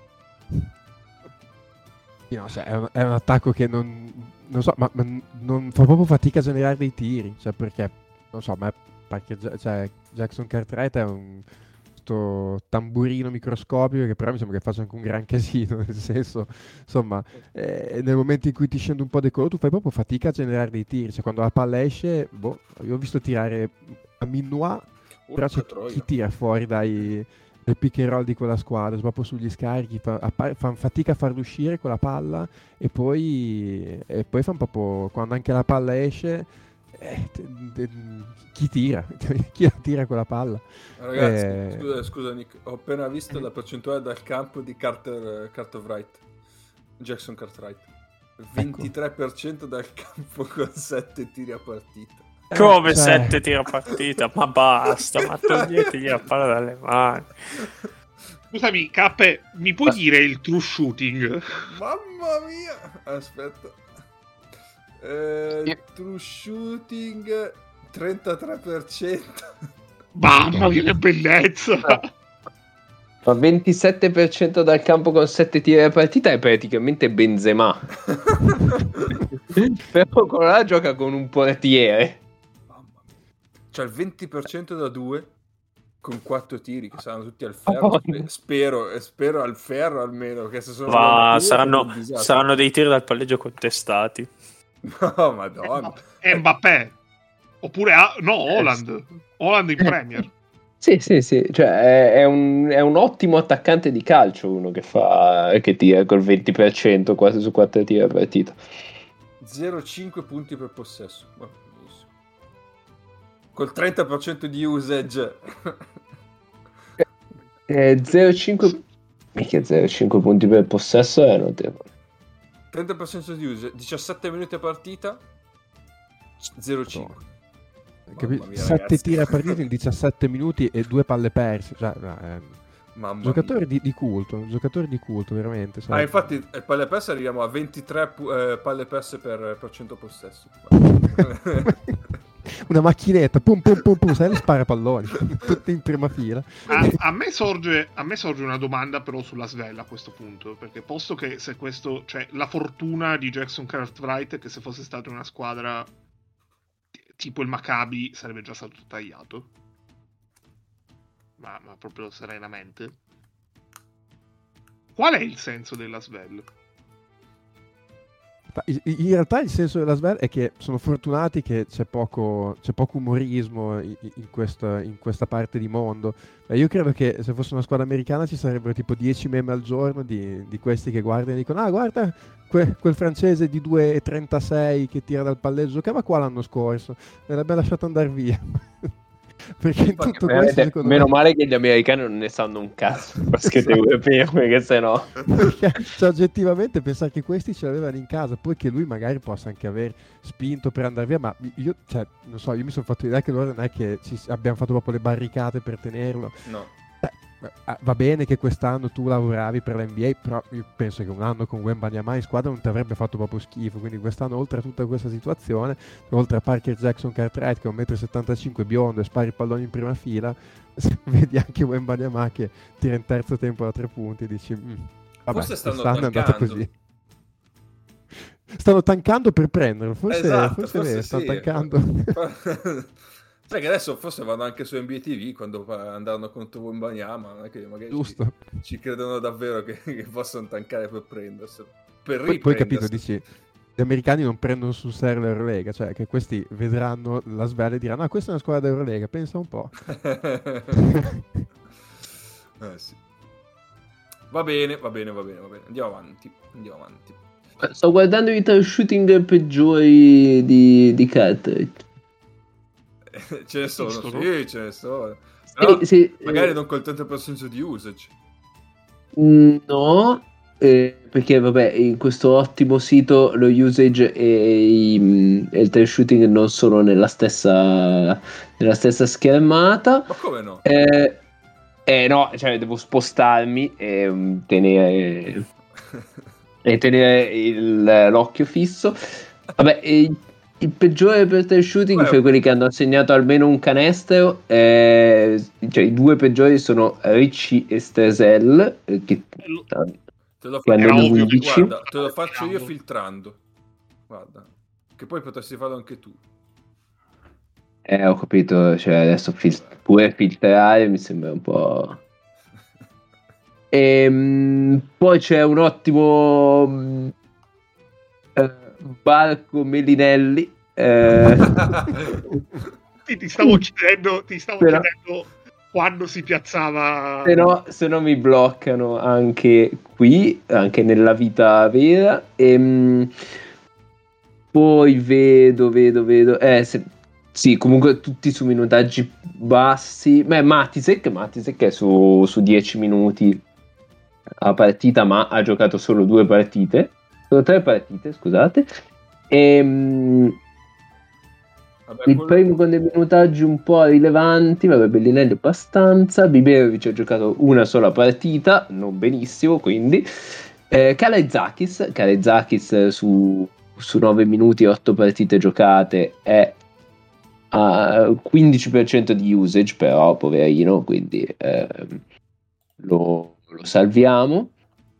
No, cioè, è, un, è un attacco che non, non so, ma, ma non fa proprio fatica a generare dei tiri, cioè perché, non so, ma perché cioè, Jackson Cartwright è un sto tamburino microscopico che però mi sembra che faccia anche un gran casino, nel senso, insomma, eh, nel momento in cui ti scende un po' di colore tu fai proprio fatica a generare dei tiri, cioè quando la palla esce, boh, io ho visto tirare a Minois, però c'è chi tira fuori dai, dai pick and roll di quella squadra, proprio sugli scarichi, fa, appa- fan fatica a farlo uscire quella palla e poi, e poi fan proprio, quando anche la palla esce, eh, te- te- chi tira? Chi la tira quella palla? Ragazzi, Eh, scusa, scusa Nick, ho appena visto la percentuale dal campo di Carter, Cartwright, Jackson Cartwright. ventitré per cento dal campo con sette tiri a partita. Come Eh, cioè- sette tiri a partita? Ma basta, ma toglietegli la palla dalle mani. Scusami, Cappe, mi puoi dire il true shooting? Mamma mia! Aspetta. Eh, Io- true shooting trentatré per cento. Mamma mia, che bellezza! Ma ventisette per cento dal campo con sette tiri a partita è praticamente Benzema. Però Colorado gioca con un portiere. Mamma mia. C'è il venti per cento da due con quattro tiri che saranno tutti al ferro. Oh. Spe- spero, e spero al ferro almeno. Che se sono Ma da due, saranno, è un disastro. saranno dei tiri dal palleggio contestati. No, madonna. È Mbappé. Oppure a... no, Holland. Holland in Premier. Sì, sì, sì, cioè è, è un, è un ottimo attaccante di calcio uno che fa che tira col venti per cento quasi su quattro tiri a partita. zero virgola cinque punti per possesso. Ma benissimo. Col trenta per cento di usage. Eh, zero virgola cinque mica zero virgola cinque punti per possesso è notevole. trenta per cento di usage, diciassette minuti a partita, zero virgola cinque. Capi- Mamma mia, sette ragazzi. tiri a partita in diciassette minuti e due palle perse, cioè, no, è Mamma giocatore mia. di, di culto, giocatore di culto veramente, sai. Ah, infatti, eh, palle perse arriviamo a ventitré pu- eh, palle perse per, per cento possesso. Una macchinetta, pum pum pum pum, sai, le spara palloni, tutti in prima fila. A, a me sorge, a me sorge una domanda però sulla svella a questo punto, perché posto che se questo, cioè la fortuna di Jackson Cartwright è che se fosse stata una squadra t- tipo il Maccabi sarebbe già stato tagliato, ma, ma proprio serenamente. Qual è il senso della svella? In in realtà il senso della Svel è che sono fortunati che c'è poco, c'è poco umorismo in, in questa, in questa parte di mondo. Beh, io credo che se fosse una squadra americana ci sarebbero tipo dieci meme al giorno di, di questi che guardano e dicono ah guarda que- quel francese di due virgola trentasei che tira dal palleggio giocava qua l'anno scorso e l'abbiamo lasciato andare via. Perché in tutto questo secondo Meno me male che gli americani non ne sanno un cazzo di basket europeo, perché sennò perché, cioè, oggettivamente pensare che questi ce l'avevano in casa, poi che lui magari possa anche aver spinto per andare via, ma io, cioè, non so, io mi sono fatto l'idea che loro non è che ci abbiamo fatto proprio le barricate per tenerlo. No. Eh, va bene che quest'anno tu lavoravi per l'N B A, però io penso che un anno con Wembanyama in squadra non ti avrebbe fatto proprio schifo, quindi quest'anno oltre a tutta questa situazione, oltre a Parker Jackson Cartwright che è un metro e settantacinque biondo e spari il pallone in prima fila, vedi anche Wembanyama che tira in terzo tempo da tre punti e dici mm, vabbè, Forse stanno quest'anno è andata tankando. così. Stanno tankando per prenderlo, forse, Esatto, forse, è forse vero, sì. stanno tankando. Sai che adesso forse vanno anche su N B A T V quando andranno contro Wembanyama, non è che magari ci, Giusto. ci credono davvero che, che possono tankare per prenderselo. Per Poi, poi capito, riprenderselo. dici, gli americani non prendono sul serio l'Eurolega, cioè che questi vedranno la sveglia e diranno ah questa è una squadra d'Eurolega, pensa un po'. eh, sì. Va bene, va bene, va bene, va bene. Andiamo avanti, andiamo avanti. Sto guardando i tre shooting peggiori di, di Cartwright. Ce ne sono, Esistono? sì, ce ne sono. Però Sì, sì, magari eh, non col trenta per cento di usage. no, eh, perché vabbè, in questo ottimo sito lo usage e, i- e il trail shooting non sono nella stessa, nella stessa schermata. Ma come no? Eh, eh, no, cioè devo spostarmi e mm, tenere, e tenere il- l'occhio fisso. Vabbè, e il, il peggiore per trail shooting, Beh, cioè quelli che hanno assegnato almeno un canestro, eh, cioè i due peggiori sono Ricci e Stresel, eh, che, Eh, lo- te lo che fa- hanno Era ovvio che l'undici. Guarda, te lo faccio io Tirando. filtrando. Guarda, che poi potresti farlo anche tu. Eh, ho capito, cioè adesso fil- pure filtrare mi sembra un po'... Ehm, poi c'è un ottimo mm, eh, Barco Melinelli. eh, Sì, ti stavo chiedendo, ti stavo Però- chiedendo quando si piazzava. se no, se no mi bloccano anche qui, anche nella vita vera. Ehm, poi vedo, vedo, vedo... Eh, se- sì, comunque tutti su minutaggi bassi. Beh, Matisek, Matisek è su, su dieci minuti a partita, ma ha giocato solo due partite. Solo tre partite, scusate. Ehm, Vabbè, il quello- primo con dei minutaggi un po' rilevanti, vabbè, Bellinelli abbastanza. Biberovic ha giocato una sola partita, non benissimo, quindi. Eh, Kalaitzakis, Kalaitzakis su, su nove minuti e otto partite giocate è a quindici per cento di usage, però poverino, quindi ehm, lo, lo salviamo.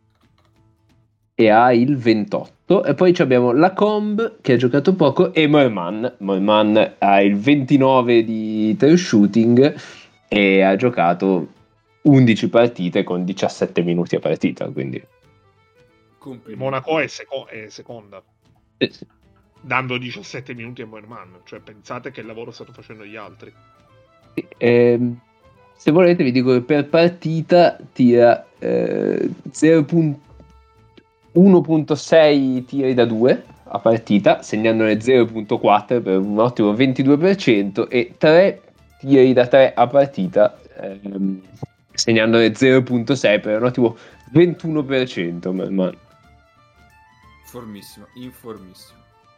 E ha il ventotto. E poi ci abbiamo la Comb che ha giocato poco e Moerman. Moerman ha il ventinove di trail shooting e ha giocato undici partite con diciassette minuti a partita, quindi Il complimenti. Monaco è, seco- è seconda, eh, sì. dando diciassette minuti a Moerman. Cioè, pensate che lavoro stanno facendo gli altri. Ehm, se volete vi dico che per partita tira eh, zero virgola uno virgola sei tiri da due a partita, segnandone zero virgola quattro per un ottimo ventidue per cento e tre tiri da tre a partita, ehm, segnandone zero virgola sei per un ottimo ventuno per cento. Ma, ma- Formissimo, informissimo.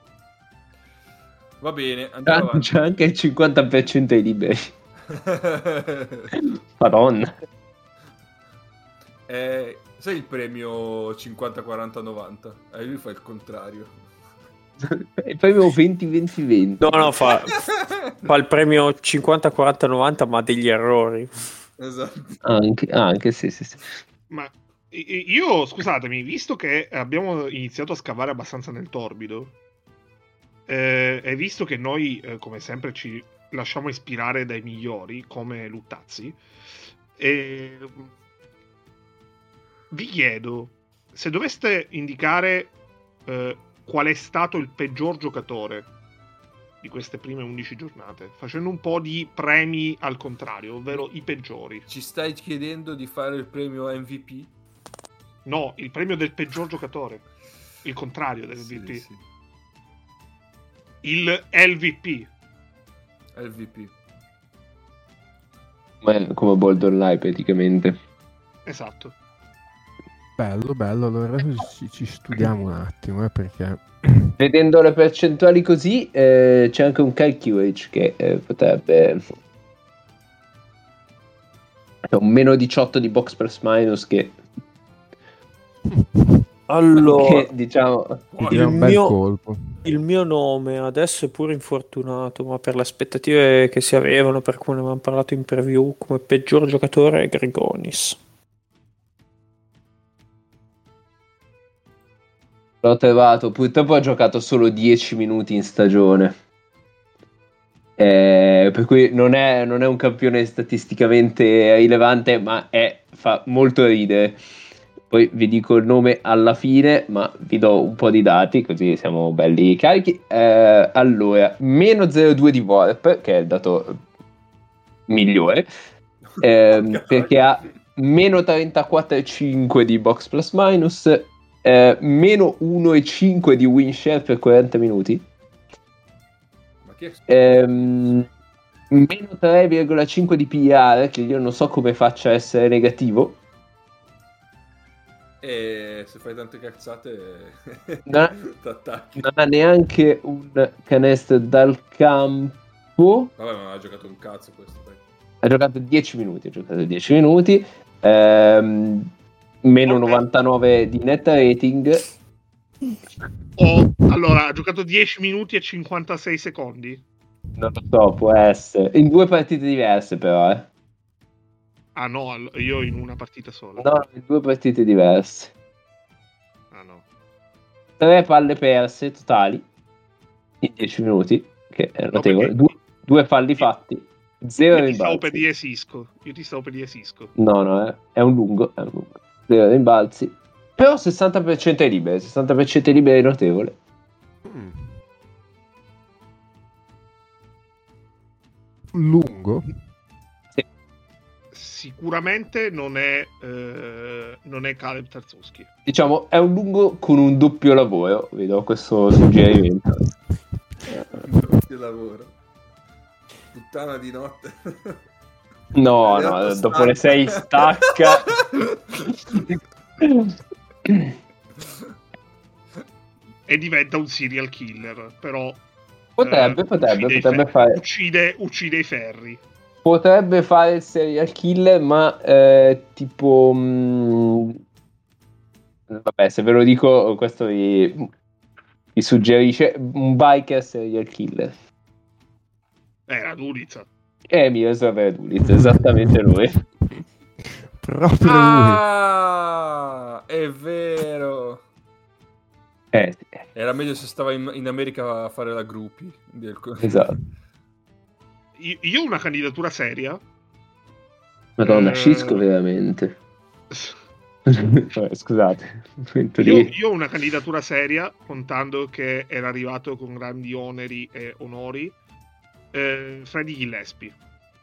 Va bene, andiamo Ah, avanti. c'è anche il cinquanta per cento ai liberi. Madonna. Eh, sai il premio cinquanta quaranta novanta? Eh, lui fa il contrario. Il premio venti venti venti. No, no, fa, fa il premio cinquanta quaranta novanta, ma degli errori. Esatto. Anche, anche sì, sì, sì. Ma i- i- io, scusatemi, visto che abbiamo iniziato a scavare abbastanza nel torbido, eh, e visto che noi, eh, come sempre, ci lasciamo ispirare dai migliori, come Luttazzi, eh, vi chiedo, se doveste indicare eh, qual è stato il peggior giocatore di queste prime undici giornate, facendo un po' di premi al contrario, ovvero i peggiori. Ci stai chiedendo di fare il premio M V P? No, il premio del peggior giocatore. Il contrario dell'M V P. Sì, sì. Il L V P. L V P. Come, come Bold Online praticamente. Esatto. Bello, bello. Allora adesso ci, ci studiamo un attimo, eh, perché Vedendo le percentuali così, eh, c'è anche un Kyle Curage che eh, potrebbe... È un meno diciotto di box plus minus che, Allora, che diciamo... ti il tira un bel mio- colpo. il mio nome adesso è pure infortunato, ma per le aspettative che si avevano, per come ne avevamo parlato in preview, come peggior giocatore è Grigonis. L'ho trovato, purtroppo ha giocato solo dieci minuti in stagione. Eh, per cui non è, non è un campione statisticamente rilevante, ma è, fa molto ridere. Poi vi dico il nome alla fine, ma vi do un po' di dati così siamo belli carichi. Eh, allora, meno zero virgola due di Warp, che è il dato migliore, ehm, perché ha meno trentaquattro virgola cinque di box plus minus, eh, meno uno virgola cinque di win share per quaranta minuti. Ma chi è? Ehm, meno tre virgola cinque di P R, che io non so come faccia a essere negativo. E se fai tante cazzate No. t'attacchi. Non ha neanche un canestro dal campo. Vabbè, ma ha giocato un cazzo questo, dai. Ha giocato dieci minuti. Ha giocato dieci minuti. Ehm, meno novantanove di net rating. Oh, allora, ha giocato dieci minuti e cinquantasei secondi. Non lo so, può essere. In due partite diverse, però, eh. Ah no, all- io in una partita sola. No, in due partite diverse. Ah no. Tre palle perse totali in dieci minuti, che è notevole. perché- Due, due falli fatti, zero Io ti stavo per rimbalzi. dire Cisco. Io ti stavo per dire Cisco. No, no, eh, è un lungo, è un lungo. Zero rimbalzi. Però sessanta per cento ai liberi, sessanta per cento ai liberi è notevole. Mm. Lungo? Sì. Sicuramente non è eh, non è Caleb Tarzowski. Diciamo, è un lungo con un doppio lavoro, vi do questo suggerimento. Che lavoro. Puttana di notte. No, Alle no, otto dopo le sei stacca. E diventa un serial killer, però Potrebbe, eh, potrebbe, uccide i potrebbe fe- fare... uccide, uccide i ferri. Potrebbe fare il serial killer, ma eh, tipo... mh, vabbè, se ve lo dico, questo vi, vi suggerisce un biker serial killer. Era Dulica. Eh, Miroslav Radulic, esattamente lui. Proprio Ah, è vero. Eh, sì, Era meglio se stava in, in America a fare la groupie. Del... esatto. Io, io ho una candidatura seria. Madonna, Eh, Cisco veramente. Vabbè, scusate. Momento Io, di- io ho una candidatura seria, contando che era arrivato con grandi oneri e onori. Eh, Freddy Gillespie.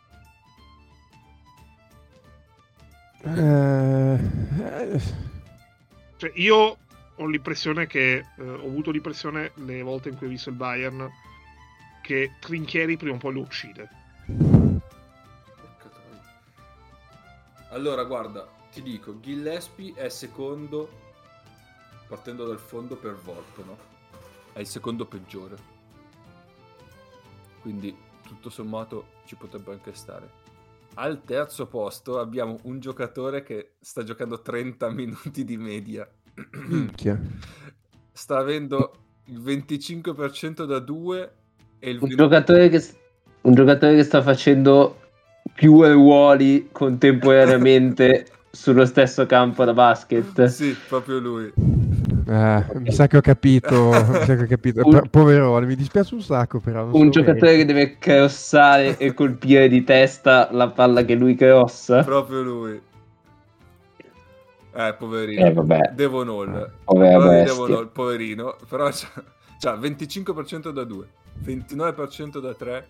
lungo. Eh, eh, Cioè, io ho l'impressione che eh, ho avuto l'impressione le volte in cui ho visto il Bayern che Trinchieri prima o poi lo uccide. Porca troia. Allora, guarda, ti dico, Gillespie è secondo, partendo dal fondo per volta, no? È il secondo peggiore. Quindi, tutto sommato, ci potrebbe anche stare. Al terzo posto abbiamo un giocatore che sta giocando trenta minuti di media. minchia. Sta avendo il venticinque per cento da due e il Un venti giocatore che, un giocatore che sta facendo più ruoli contemporaneamente sullo stesso campo da basket. Sì, proprio lui. Eh, mi sa che ho capito, mi sa che ho capito. Un- Po- Poverone, mi dispiace un sacco però. non Un se lo giocatore che merita. deve crossare e colpire di testa la palla che lui crossa. Proprio lui. Eh, poverino. Eh, vabbè. Devon Hall. Povera Però di bestia. Devon Hall, poverino. Però c'ha, c'ha venticinque per cento da due, ventinove per cento da tre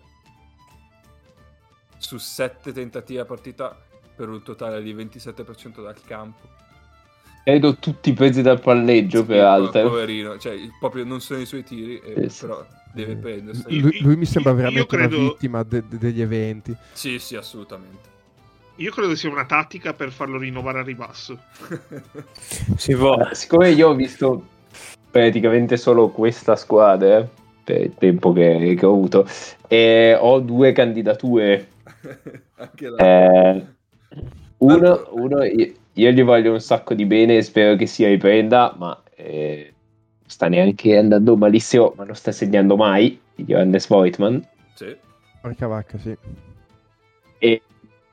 su sette tentativi a partita per un totale di ventisette per cento dal campo. Credo tutti presi dal palleggio, Sì, peraltro. poverino, cioè proprio non sono i suoi tiri, e- Sì, sì. però deve prenderseli. Lui, lui mi sembra Io- io veramente credo- una vittima de- de- degli eventi. Sì, sì, assolutamente. Io credo sia una tattica per farlo rinnovare a ribasso. Si va. Eh, Siccome io ho visto praticamente solo questa squadra eh, per il tempo che, che ho avuto, e ho due candidature. Anche la... Eh, uno, Tanto- uno io, io gli voglio un sacco di bene e spero che si riprenda, ma eh, sta neanche andando malissimo, ma non sta segnando mai. Johannes Voigtman. Sì. Porca vacca, sì. E,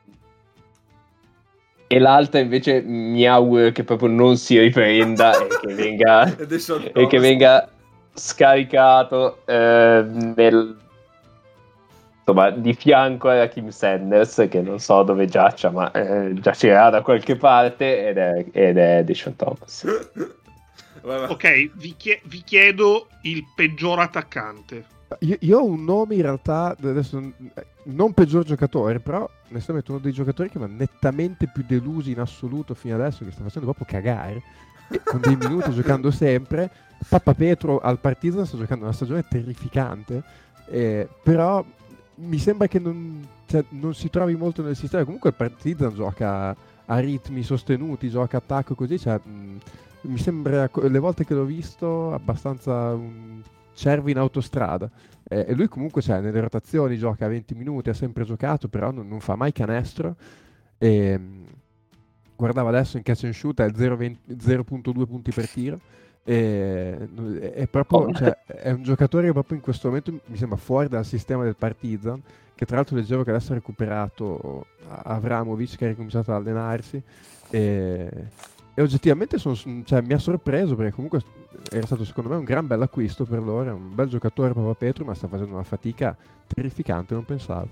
e l'altra invece mi auguro che proprio non si riprenda e che venga, Ed è Sean e che Thomas. venga scaricato eh, nel, insomma, di fianco a Kim Sanders, che non so dove giaccia, ma eh, giacerà da qualche parte, ed è, ed è Deshaun Thomas. Vabbè. Ok, vi, chie- vi chiedo il peggior attaccante. Io, io ho un nome in realtà, adesso eh, non peggior giocatore, però onestamente uno dei giocatori che mi ha nettamente più delusi in assoluto fino adesso, che sta facendo proprio cagare, con dei minuti giocando sempre. Papapietro al Partizan sta giocando una stagione terrificante, eh, però mi sembra che non, cioè, non si trovi molto nel sistema. Comunque il Partizan gioca a ritmi sostenuti, gioca attacco così, cioè, mh, mi sembra, le volte che l'ho visto, abbastanza un cervo in autostrada. Eh, e lui comunque, cioè, nelle rotazioni gioca a venti minuti, ha sempre giocato, però non, non fa mai canestro. E, mh, guardavo adesso in catch and shoot, è zero virgola due punti per tiro. E, è proprio, cioè, è un giocatore che proprio in questo momento mi sembra fuori dal sistema del Partizan, che tra l'altro leggevo che adesso ha recuperato Avramovic, che ha ricominciato ad allenarsi, e, e oggettivamente sono, cioè, mi ha sorpreso, perché comunque era stato secondo me un gran bel acquisto per loro, è un bel giocatore Papapietro, ma sta facendo una fatica terrificante, non pensavo.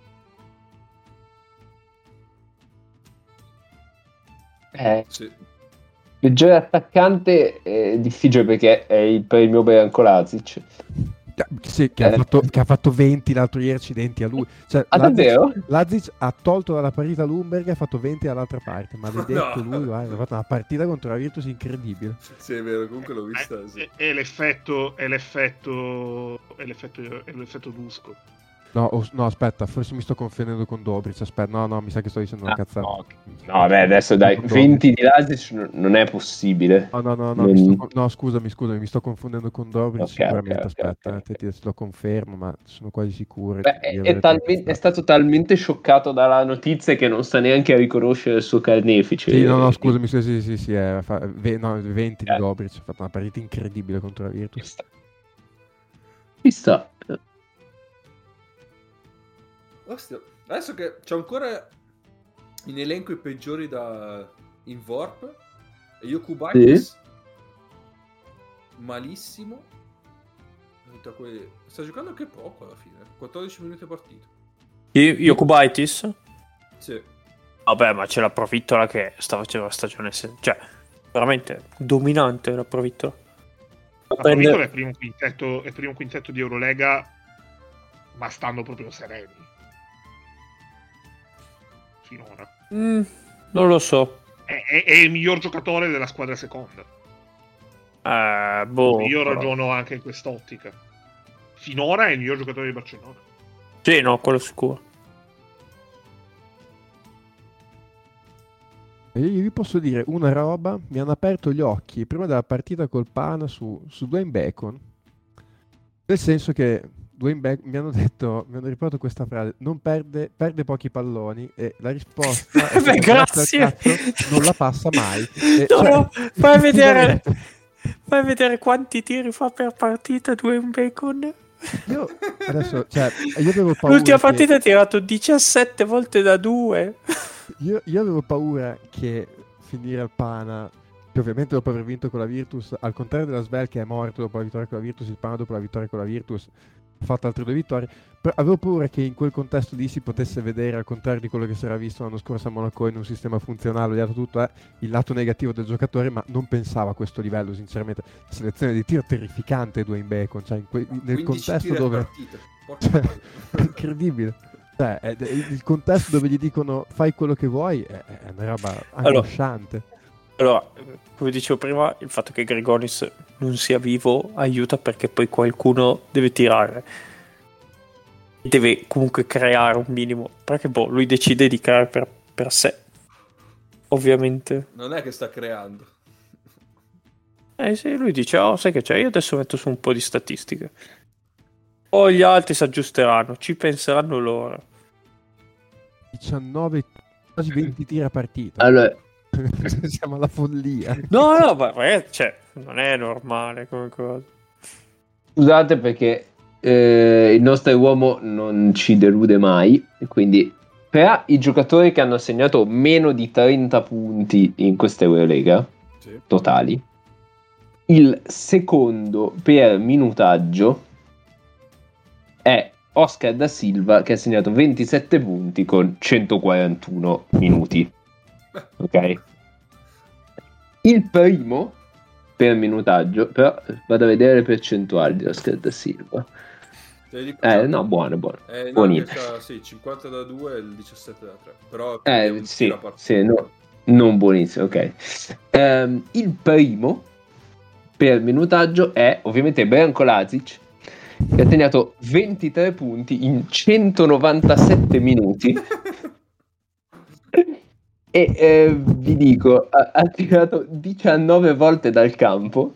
Eh, Sì. peggiore attaccante è difficile perché è il premio per Kolazic. Sì, che, eh. ha fatto, che ha fatto venti l'altro ieri, accidenti a lui. Cioè, ah, davvero? Lazic ha tolto dalla partita Lumberg e ha fatto venti dall'altra parte. Maledetto No. lui, guarda, ha fatto una partita contro la Virtus incredibile. Sì, è vero, comunque l'ho vista. È, Sì. è, è l'effetto, è l'effetto, è l'effetto, è l'effetto Dusko. No, oh, no, aspetta, forse mi sto confondendo con Dobric. Aspetta, no, no, mi sa che sto dicendo una Ah, cazzata. no. no, vabbè, adesso dai, venti di Lazic non è possibile. No, no, no, no, non... mi sto, no, scusami, scusami, mi sto confondendo con Dobric. Okay, sicuramente, okay, aspetta, okay, te, ti, te lo confermo, ma sono quasi sicuro. Beh, di è, talmente, è stato talmente scioccato dalla notizia che non sta neanche a riconoscere il suo carnefice. Sì, no, no, scusami, sì, sì, sì, sì è, fa, ve, no, venti eh. di Dobric, ha fatto una partita incredibile contro la Virtus. Ci sta. Ostia. Adesso che c'ho ancora in elenco i peggiori da in Vorp e io Kubaitis sì. malissimo. Sta giocando anche poco alla fine, quattordici minuti a partita. Io, io Kubaitis? Sì. Vabbè, ma c'è la Provittola che sta facendo la stagione, se... cioè veramente dominante la Provittola. La Provittola è primo quintetto, è primo quintetto di Eurolega, ma stanno proprio sereni. Finora. Mm, non lo so. È, è, è il miglior giocatore della squadra seconda. Eh, boh, Io però. ragiono anche in quest'ottica. Finora è il miglior giocatore di Barcellona. Sì, no, quello sicuro. E io vi posso dire una roba, mi hanno aperto gli occhi prima della partita col Pana su, su Dwayne Bacon. Nel senso che Dwayne Bacon, mi hanno detto, mi hanno riportato questa frase, non perde, perde pochi palloni, e la risposta è Beh, grazie. Cazzo, non la passa mai. E, no, cioè, no, fai vedere, fai vedere quanti tiri fa per partita Dwayne Bacon. Io adesso, cioè, io avevo paura l'ultima che... partita ha tirato diciassette volte da due. Io, io avevo paura che finire al Pana, che ovviamente dopo aver vinto con la Virtus, al contrario della Svel che è morto dopo la vittoria con la Virtus, il Pana dopo la vittoria con la Virtus ha fatto altre due vittorie, però avevo paura che in quel contesto lì si potesse vedere, al contrario di quello che si era visto l'anno scorso a Monaco, in un sistema funzionale, odiato tutto, è il lato negativo del giocatore, ma non pensavo a questo livello sinceramente. La selezione di tiro terrificante Dwayne Bacon, cioè in que- nel contesto dove cioè, è incredibile, cioè, è, è, il contesto dove gli dicono fai quello che vuoi è, è una roba angosciante. Allora, allora, come dicevo prima, il fatto che Grigonis non sia vivo aiuta, perché poi qualcuno deve tirare, deve comunque creare un minimo, perché boh, lui decide di creare per, per sé, ovviamente. Non è che sta creando. Eh sì, lui dice, oh, sai che c'è, io adesso metto su un po' di statistiche, poi gli altri si aggiusteranno, ci penseranno loro. diciannove, quasi venti tiri a partita. Allora, siamo alla follia. No, no, ma cioè, non è normale come cosa. Scusate perché eh, il nostro uomo non ci delude mai, quindi per i giocatori che hanno segnato meno di trenta punti in questa Eurolega, sì, totali, il secondo per minutaggio è Oscar da Silva, che ha segnato ventisette punti con centoquarantuno minuti. Ok, il primo per minutaggio, però vado a vedere le percentuali di Oscar da Silva. Eh, no, buono, buono. Eh, no, sta, sì, cinquanta da due e il diciassette da tre. Però eh, sì, sì, no. non buonissimo, ok. Um, il primo per minutaggio è ovviamente Branko Lazic, che ha segnato ventitré punti in centonovantasette minuti. E eh, vi dico, ha, ha tirato diciannove volte dal campo.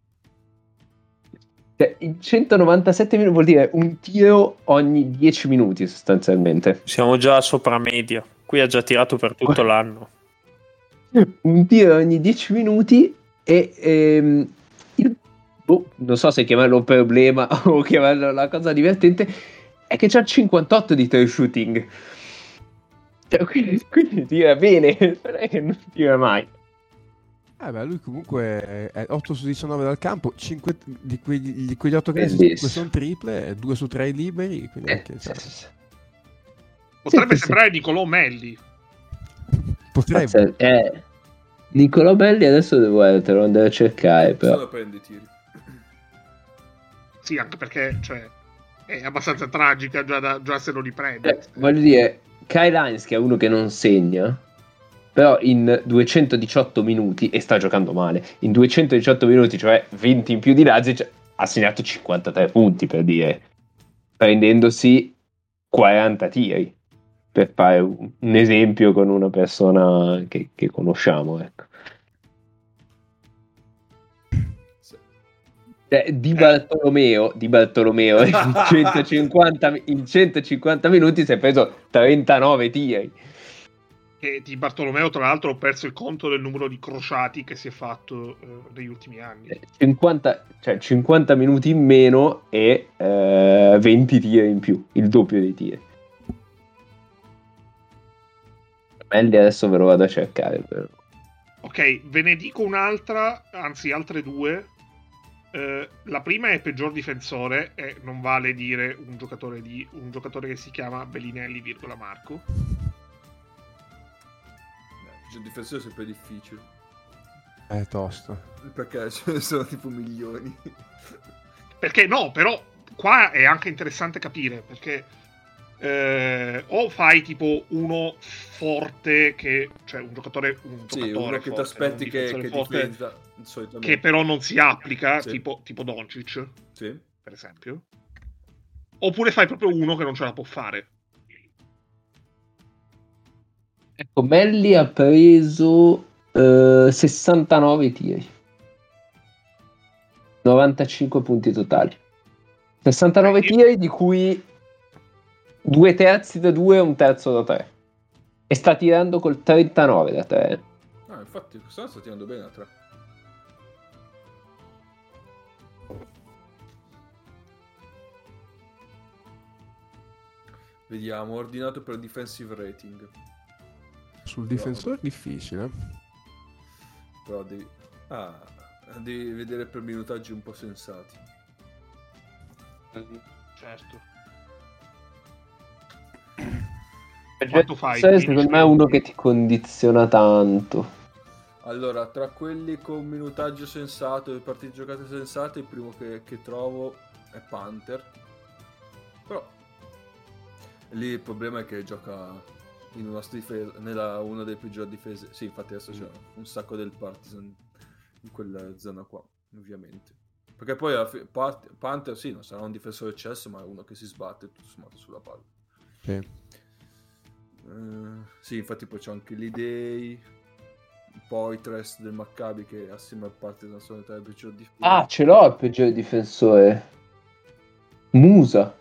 Cioè, in centonovantasette minuti vuol dire un tiro ogni dieci minuti sostanzialmente. Siamo già sopra media. Qui ha già tirato per tutto l'anno. Un tiro ogni dieci minuti e ehm, il, boh, non so se chiamarlo problema o chiamarlo la cosa divertente, è che c'ha cinquantotto di true shooting. Cioè, quindi, quindi tira bene, non è che non tira mai. Eh beh, lui comunque è otto su diciannove dal campo, cinque di, quegli, di quegli otto che cinque sono triple, due su tre liberi, quindi eh, anche, cioè... sì, sì. Potrebbe sì, sembrare sì. Nicolò Melli. Potrebbe. Eh, Nicolò Belli adesso devo, eh, te lo andare a cercare, però. Solo prende i tiri. Sì, anche perché cioè, è abbastanza tragica già, da, già se lo riprende. Eh, voglio dire, Kyle Hines, che è uno che non segna, però in duecentodiciotto minuti, e sta giocando male, in duecentodiciotto minuti, cioè venti in più di Lazic, ha segnato cinquantatré punti, per dire, prendendosi quaranta tiri, per fare un, un esempio con una persona che, che conosciamo, ecco. Eh, di Bartolomeo, di Bartolomeo in, centocinquanta, in centocinquanta minuti si è preso trentanove tiri. E di Bartolomeo, tra l'altro, ho perso il conto del numero di crociati che si è fatto eh, negli ultimi anni. cinquanta, cioè cinquanta minuti in meno e eh, venti tiri in più, il doppio dei tiri. Melli adesso ve lo vado a cercare. Però. Ok, ve ne dico un'altra, anzi altre due. Uh, la prima è peggior difensore e non vale dire un giocatore di un giocatore che si chiama Bellinelli, virgola Marco. Il difensore è sempre difficile. È tosto. Perché ce ne sono tipo milioni. Perché no, però qua è anche interessante capire, perché eh, o fai tipo uno forte che, cioè un giocatore, un sì, giocatore uno che ti aspetti che, che forte, difenda solitamente. Che però non si applica, sì. tipo, tipo Doncic, sì. per esempio. Oppure fai proprio uno che non ce la può fare. Ecco, Melli ha preso uh, sessantanove tiri, novantacinque punti totali, sessantanove eh, tiri di cui due terzi da due e un terzo da tre, e sta tirando col trentanove da tre. Ah, infatti quest'anno sta tirando bene da tre. Vediamo, ordinato per defensive rating. Sul difensore è difficile. Però devi... Ah, devi vedere per minutaggi un po' sensati. Certo. Quanto fai? Secondo me è uno che ti condiziona tanto. Allora, tra quelli con minutaggio sensato e partite giocate sensate, il primo che, che trovo è Panther. Però lì il problema è che gioca in una difesa, nella una delle peggiori difese. Sì, infatti adesso mm. c'è un sacco del Partizan in quella zona qua, ovviamente. Perché poi fi- Part- Panther sì, non sarà un difensore eccesso, ma è uno che si sbatte tutto sommato sulla palla. Sì. Uh, sì, infatti poi c'è anche l'Idei, Poitres del Maccabi, che assieme al Partizan sono tra i peggiori difensori. Ah, ce l'ho il peggiore difensore, Musa.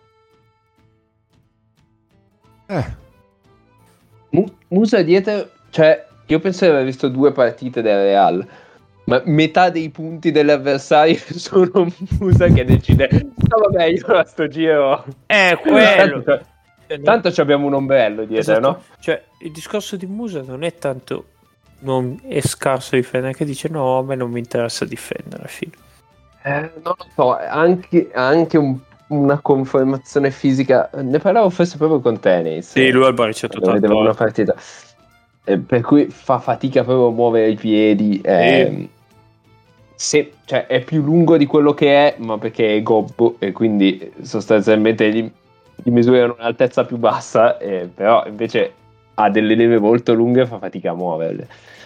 Eh. M- Musa dietro, cioè io penso di aver visto due partite del Real, ma metà dei punti dell'avversario sono Musa che decide no vabbè io a sto giro è quello tanto, tanto ci abbiamo un ombrello dietro, esatto. No? Cioè il discorso di Musa non è tanto non è scarso difendere, che dice no, a me non mi interessa difendere alla fine. Eh, non lo so, anche, anche un una conformazione fisica, ne parlavo forse proprio con Tennis. Sì, lui ha baricciato tanto. Vedevo una partita. Eh, per cui fa fatica proprio a muovere i piedi. Eh, se, cioè, è più lungo di quello che è, ma perché è gobbo e quindi sostanzialmente gli, gli misurano un'altezza più bassa, eh, però invece ha delle leve molto lunghe e fa fatica a muoverle.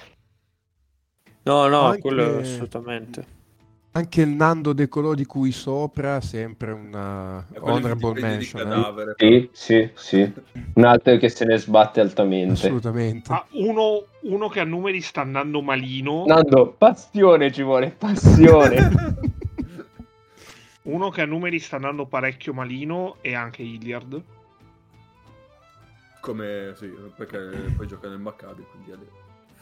No, no, Anche- quello assolutamente. Anche il Nando De Colò di cui sopra, sempre una È quello honorable di- di mention. eh. cadavere. Sì, sì, sì. Un altro che se ne sbatte altamente. Assolutamente. Ah, uno, uno che a numeri sta andando malino. Nando, passione ci vuole, passione. Uno che a numeri sta andando parecchio malino è anche Hilliard. Come, sì, perché poi gioca nel Maccabi, quindi adesso.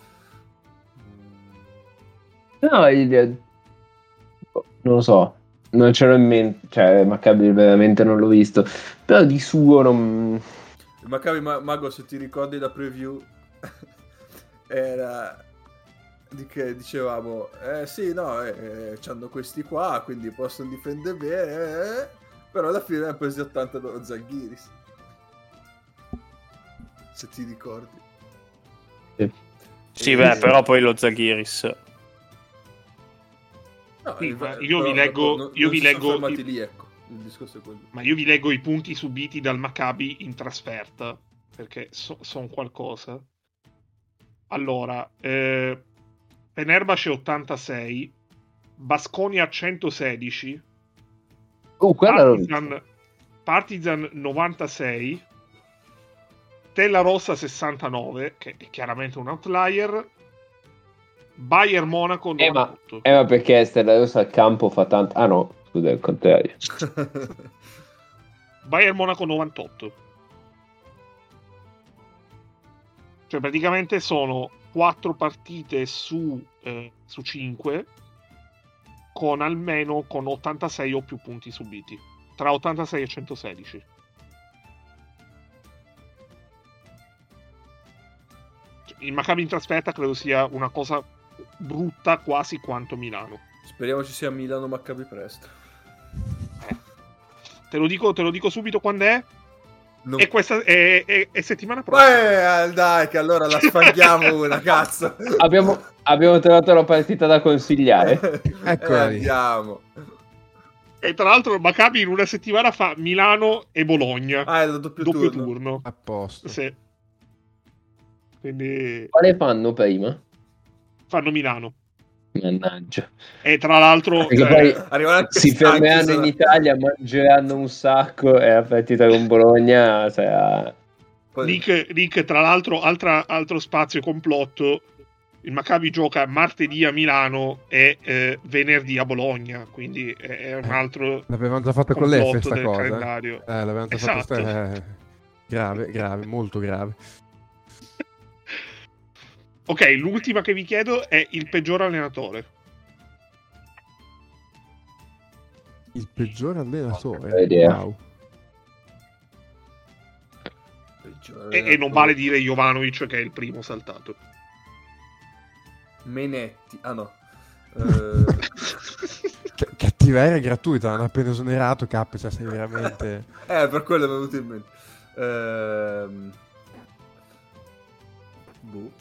No, il- non lo so, non ce l'ho in mente, cioè Maccabi veramente non l'ho visto, però di suo non... Il Maccabi Ma- Mago, se ti ricordi la preview, era di che dicevamo, eh sì, no, eh, c'hanno questi qua, quindi possono difendere bene, eh, però alla fine hanno preso ottanta da Zalgiris. Se ti ricordi. Sì, E- beh, però poi lo Zaghiris. No, Sì, il- ma io però vi leggo- non- io non vi si sono leggo fermati i- lì, ecco, il discorso è quello. Ma io vi leggo i punti subiti dal Maccabi in trasferta, perché sono qualcosa. Allora, eh, Fenerbahce ottantasei, Baskonia centosedici, Uh, quella l'ho vista. Partizan, Partizan novantasei, Stella Rossa sessantanove, che è chiaramente un outlier, Bayern Monaco Eh ma, novantotto. eh, ma perché Stella Rossa al campo fa tanto... Ah no, scusa, è il contrario. Bayern Monaco novantotto. Cioè praticamente sono quattro partite su, eh, su cinque con almeno con ottantasei o più punti subiti, tra ottantasei e centosedici. Cioè, il Maccabi in trasferta credo sia una cosa brutta quasi quanto Milano. Speriamo ci sia Milano Maccabi presto. Eh. Te lo dico, te lo dico subito quando è. Non... E questa è, è, è settimana prossima. Eh, dai, che allora la sfanghiamo una, cazzo. Abbiamo, abbiamo trovato la partita da consigliare. Eccola eh, lì. andiamo. E tra l'altro Maccabi in una settimana fa Milano e Bologna. Ah, è il doppio, doppio turno. turno. A posto. Sì. Quindi Quale fanno prima? fanno Milano. Mannaggia. E tra l'altro Perché cioè, poi Arrivano anche si stanchi, fermeranno sarà- in Italia, mangeranno un sacco e la partita con Bologna sarà... Poi- Rick, Rick, tra l'altro altra, altro spazio complotto, il Maccabi gioca martedì a Milano e eh, venerdì a Bologna, quindi è, è un altro L'avevamo già fatta con l'F complotto sta del cosa. calendario. Eh, l'avevamo già Esatto. fatta sta... eh, grave, grave, molto grave. Ok, l'ultima che vi chiedo è il peggior allenatore. Il peggior allenatore. Bella idea. Wow. E, e non vale dire Jovanovic che è il primo saltato. Menetti. Ah no. Eh, C- cattiveria gratuita, l'hanno appena esonerato, K, cioè sei veramente... eh, per quello mi è venuto in mente. Ehm... Boh.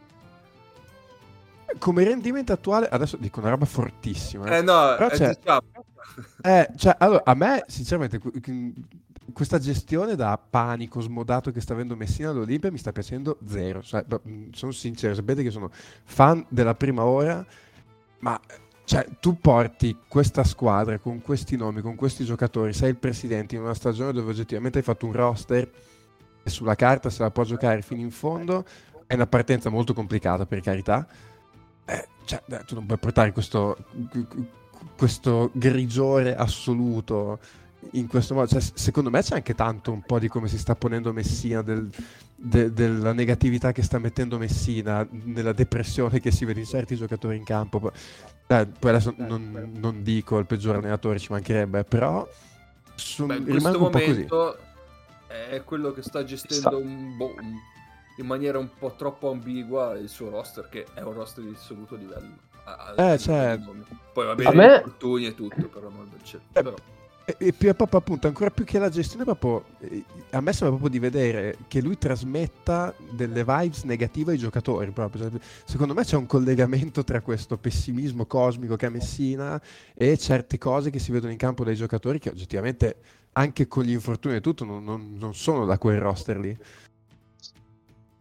Come rendimento attuale, adesso dico una roba fortissima. Eh no, Però eh, c'è- diciamo. Eh, cioè, allora, a me, sinceramente, qu- qu- questa gestione da panico smodato che sta avendo Messina all'Olimpia mi sta piacendo zero. Cioè, b- mh, sono sincero, sapete che sono fan della prima ora, ma cioè, tu porti questa squadra con questi nomi, con questi giocatori, sei il presidente in una stagione dove oggettivamente hai fatto un roster e sulla carta se la può giocare fino in fondo, è una partenza molto complicata, per carità. Eh, cioè, dai, tu non puoi portare questo, questo grigiore assoluto in questo modo. Cioè, s- secondo me c'è anche tanto un po' di come si sta ponendo Messina, del- de- della negatività che sta mettendo Messina, nella depressione che si vede in certi giocatori in campo. Poi, dai, poi adesso non, non dico il peggior allenatore, ci mancherebbe, però son- Beh, in questo rimango un po' così. momento è quello che sta gestendo un, boh, un- in maniera un po' troppo ambigua il suo roster, che è un roster di assoluto livello. A- a- Eh, cioè- Poi va A bene, me- infortuni e tutto, però non c'è. Eh, Però. E, e più è proprio appunto, ancora più che la gestione, proprio eh, a me sembra proprio di vedere che lui trasmetta delle vibes negative ai giocatori proprio. Cioè, secondo me c'è un collegamento tra questo pessimismo cosmico che ha Messina e certe cose che si vedono in campo dai giocatori che oggettivamente anche con gli infortuni e tutto non, non- non sono da quel roster lì.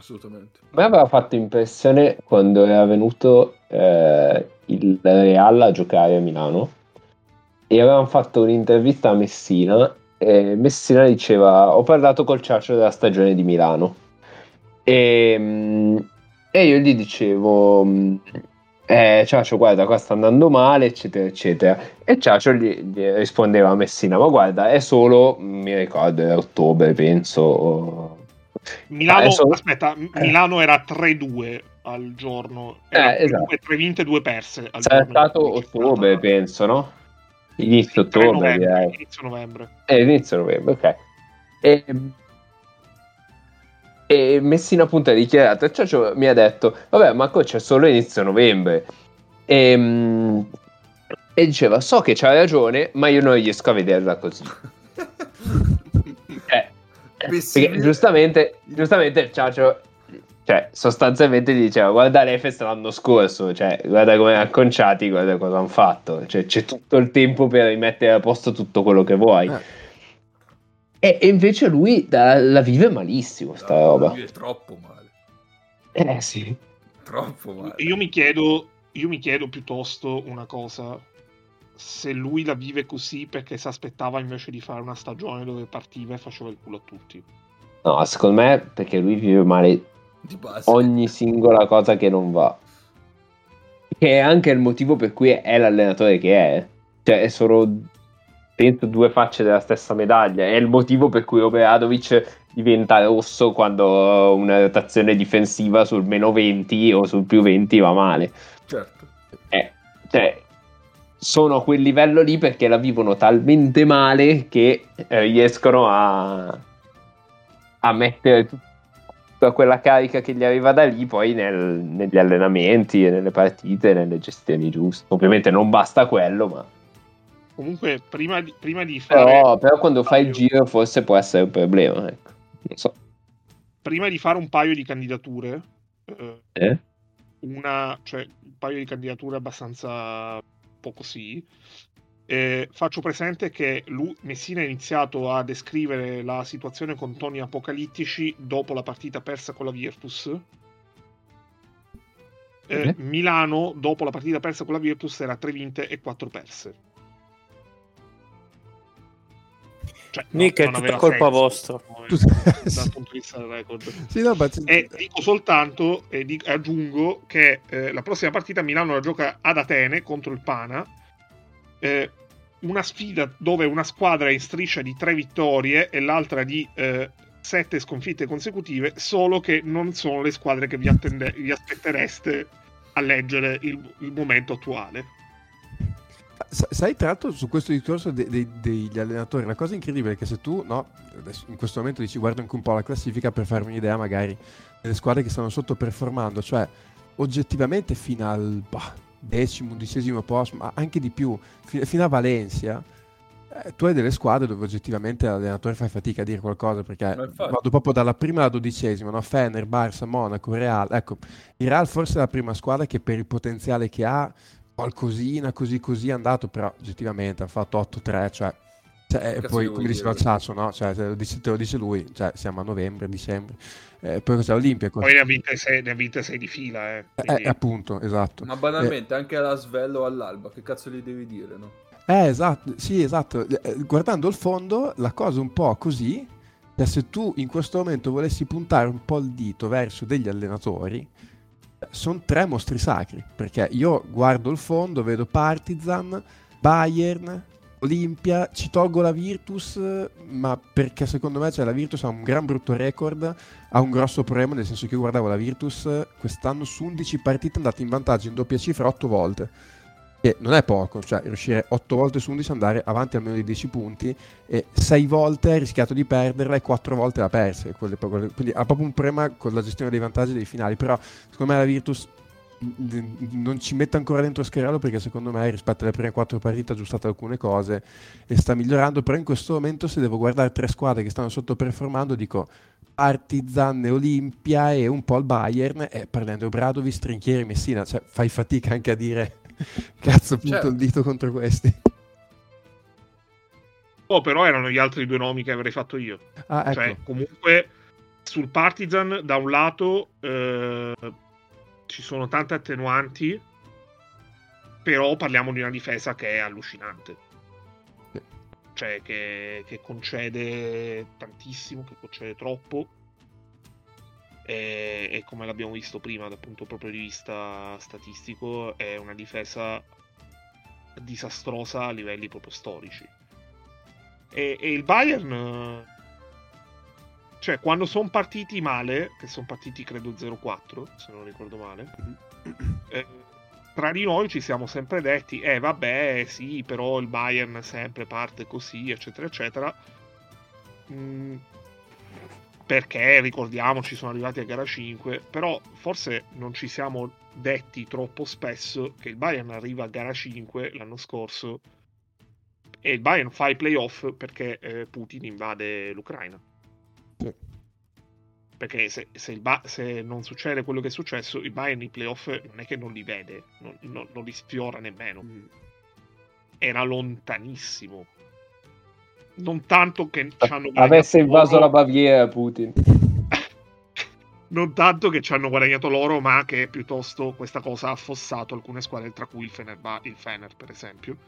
assolutamente. A me aveva fatto impressione quando era venuto eh, il Real a giocare a Milano e avevano fatto un'intervista a Messina e Messina diceva: ho parlato col Ciaccio della stagione di Milano e, e io gli dicevo eh, Ciaccio guarda qua sta andando male eccetera eccetera, e Ciaccio gli, gli rispondeva a Messina: ma guarda è solo, mi ricordo era ottobre penso, Milano, ah, solo... aspetta, Milano era tre due al giorno, era eh, esatto. tre vinte, due perse al sarà giorno stato ottobre penso, no? Inizio sì, ottobre novembre, direi. inizio novembre eh, inizio novembre, ok. E, e Messina appunto ha dichiarato, e Ciaccio mi ha detto vabbè ma coach è solo inizio novembre e, e diceva so che c'ha ragione ma io non riesco a vederla così. eh, perché giustamente giustamente Ciaccio cioè sostanzialmente gli diceva guarda l'Efes l'anno scorso, cioè guarda come hanno acconciati, guarda cosa hanno fatto, cioè c'è tutto il tempo per rimettere a posto tutto quello che vuoi. eh. E, e invece lui da, la vive malissimo sta no, roba. La vive troppo male. Eh sì. Troppo male. Io mi chiedo, io mi chiedo piuttosto una cosa: se lui la vive così perché si aspettava invece di fare una stagione dove partiva e faceva il culo a tutti. No, secondo me perché lui vive male di base ogni singola cosa che non va. Che è anche il motivo per cui è l'allenatore che è. Cioè è solo, penso, due facce della stessa medaglia. È il motivo per cui Obradovic diventa rosso quando una rotazione difensiva sul meno venti o sul più venti va male. Certo. Eh, cioè, sono a quel livello lì perché la vivono talmente male che eh, riescono a, a mettere tutta quella carica che gli arriva da lì poi nel, negli allenamenti e nelle partite, nelle gestioni giuste. Ovviamente non basta quello, ma comunque prima di, prima di fare però, però quando fai il giro forse può essere un problema, ecco. Non so. Prima di fare un paio di candidature eh, eh? una, cioè un paio di candidature abbastanza un po' così, eh, faccio presente che lui, Messina ha iniziato a descrivere la situazione con toni apocalittici dopo la partita persa con la Virtus. eh, eh? Milano dopo la partita persa con la Virtus era tre vinte e quattro perse. Cioè, Nick, no, è tutta colpa senso, vostra dal punto di vista del record. Sì, no, ma... E dico soltanto e dico, aggiungo che eh, la prossima partita Milano la gioca ad Atene contro il Pana, eh, una sfida dove una squadra è in striscia di tre vittorie e l'altra di eh, sette sconfitte consecutive, solo che non sono le squadre che vi, attende- vi aspettereste a leggere il, il momento attuale. Sai, tra l'altro, su questo discorso de- de- degli allenatori, la cosa incredibile è che se tu, no, adesso in questo momento dici guarda anche un po' la classifica per farmi un'idea magari delle squadre che stanno sottoperformando, cioè oggettivamente fino al bah, decimo, undicesimo posto, ma anche di più, fi- fino a Valencia, eh, tu hai delle squadre dove oggettivamente l'allenatore fa fatica a dire qualcosa, perché vado proprio dalla prima alla dodicesima, no? Fener, Barça, Monaco, Real, ecco, il Real forse è la prima squadra che per il potenziale che ha qualcosina così così è andato, però oggettivamente ha fatto otto tre, cioè, cioè poi come diceva il Ciaccio, no? Cioè, te, lo dice, te lo dice lui, cioè siamo a novembre, dicembre, eh, poi cos'è Olimpia? Poi ne ha vinte sei, ne ha vinte sei di fila, eh, eh, eh, appunto, esatto. Ma banalmente eh, anche alla Svello o all'Alba, che cazzo gli devi dire, no? Eh, esatto, sì, esatto. Eh, guardando il fondo, la cosa un po' così, cioè, se tu in questo momento volessi puntare un po' il dito verso degli allenatori, sono tre mostri sacri, perché io guardo il fondo, vedo Partizan, Bayern, Olimpia, ci tolgo la Virtus, ma perché secondo me, cioè, la Virtus ha un gran brutto record, ha un grosso problema, nel senso che io guardavo la Virtus quest'anno su undici partite andate in vantaggio in doppia cifra otto volte, che non è poco, cioè riuscire otto volte su undici andare avanti almeno di dieci punti, e sei volte hai rischiato di perderla e quattro volte l'ha persa, quindi ha proprio un problema con la gestione dei vantaggi dei finali. Però secondo me la Virtus non ci mette ancora dentro Scheralo, perché secondo me rispetto alle prime quattro partite ha aggiustato alcune cose e sta migliorando, però in questo momento se devo guardare tre squadre che stanno sottoperformando dico Partizan e Olimpia e un po' il Bayern, e prendendo Obradovic, Trinchieri, Messina, cioè fai fatica anche a dire cazzo punto certo. il dito contro questi. Oh, però erano gli altri due nomi che avrei fatto io. Ah, ecco. Cioè, comunque sul Partizan, da un lato, eh, ci sono tante attenuanti, però parliamo di una difesa che è allucinante. Cioè, che, che concede tantissimo, che concede troppo. E, e come l'abbiamo visto prima, dal punto proprio di vista statistico, è una difesa disastrosa a livelli proprio storici. E, e il Bayern, cioè, quando sono partiti male, che sono partiti credo zero quattro, se non ricordo male, eh, tra di noi ci siamo sempre detti, eh vabbè, sì, però il Bayern sempre parte così, eccetera, eccetera. Mm, perché, ricordiamoci, sono arrivati a gara cinque, però forse non ci siamo detti troppo spesso che il Bayern arriva a gara cinque l'anno scorso e il Bayern fa i playoff perché eh, Putin invade l'Ucraina. Sì. Perché se, se, il ba- se non succede quello che è successo, il Bayern i playoff non è che non li vede, non, non, non li sfiora nemmeno. Mm. Era lontanissimo. Non tanto che ci hanno avesse invaso loro, la Baviera Putin. Non tanto che ci hanno guadagnato loro, ma che piuttosto questa cosa ha affossato alcune squadre, tra cui il Fener, il Fener per esempio.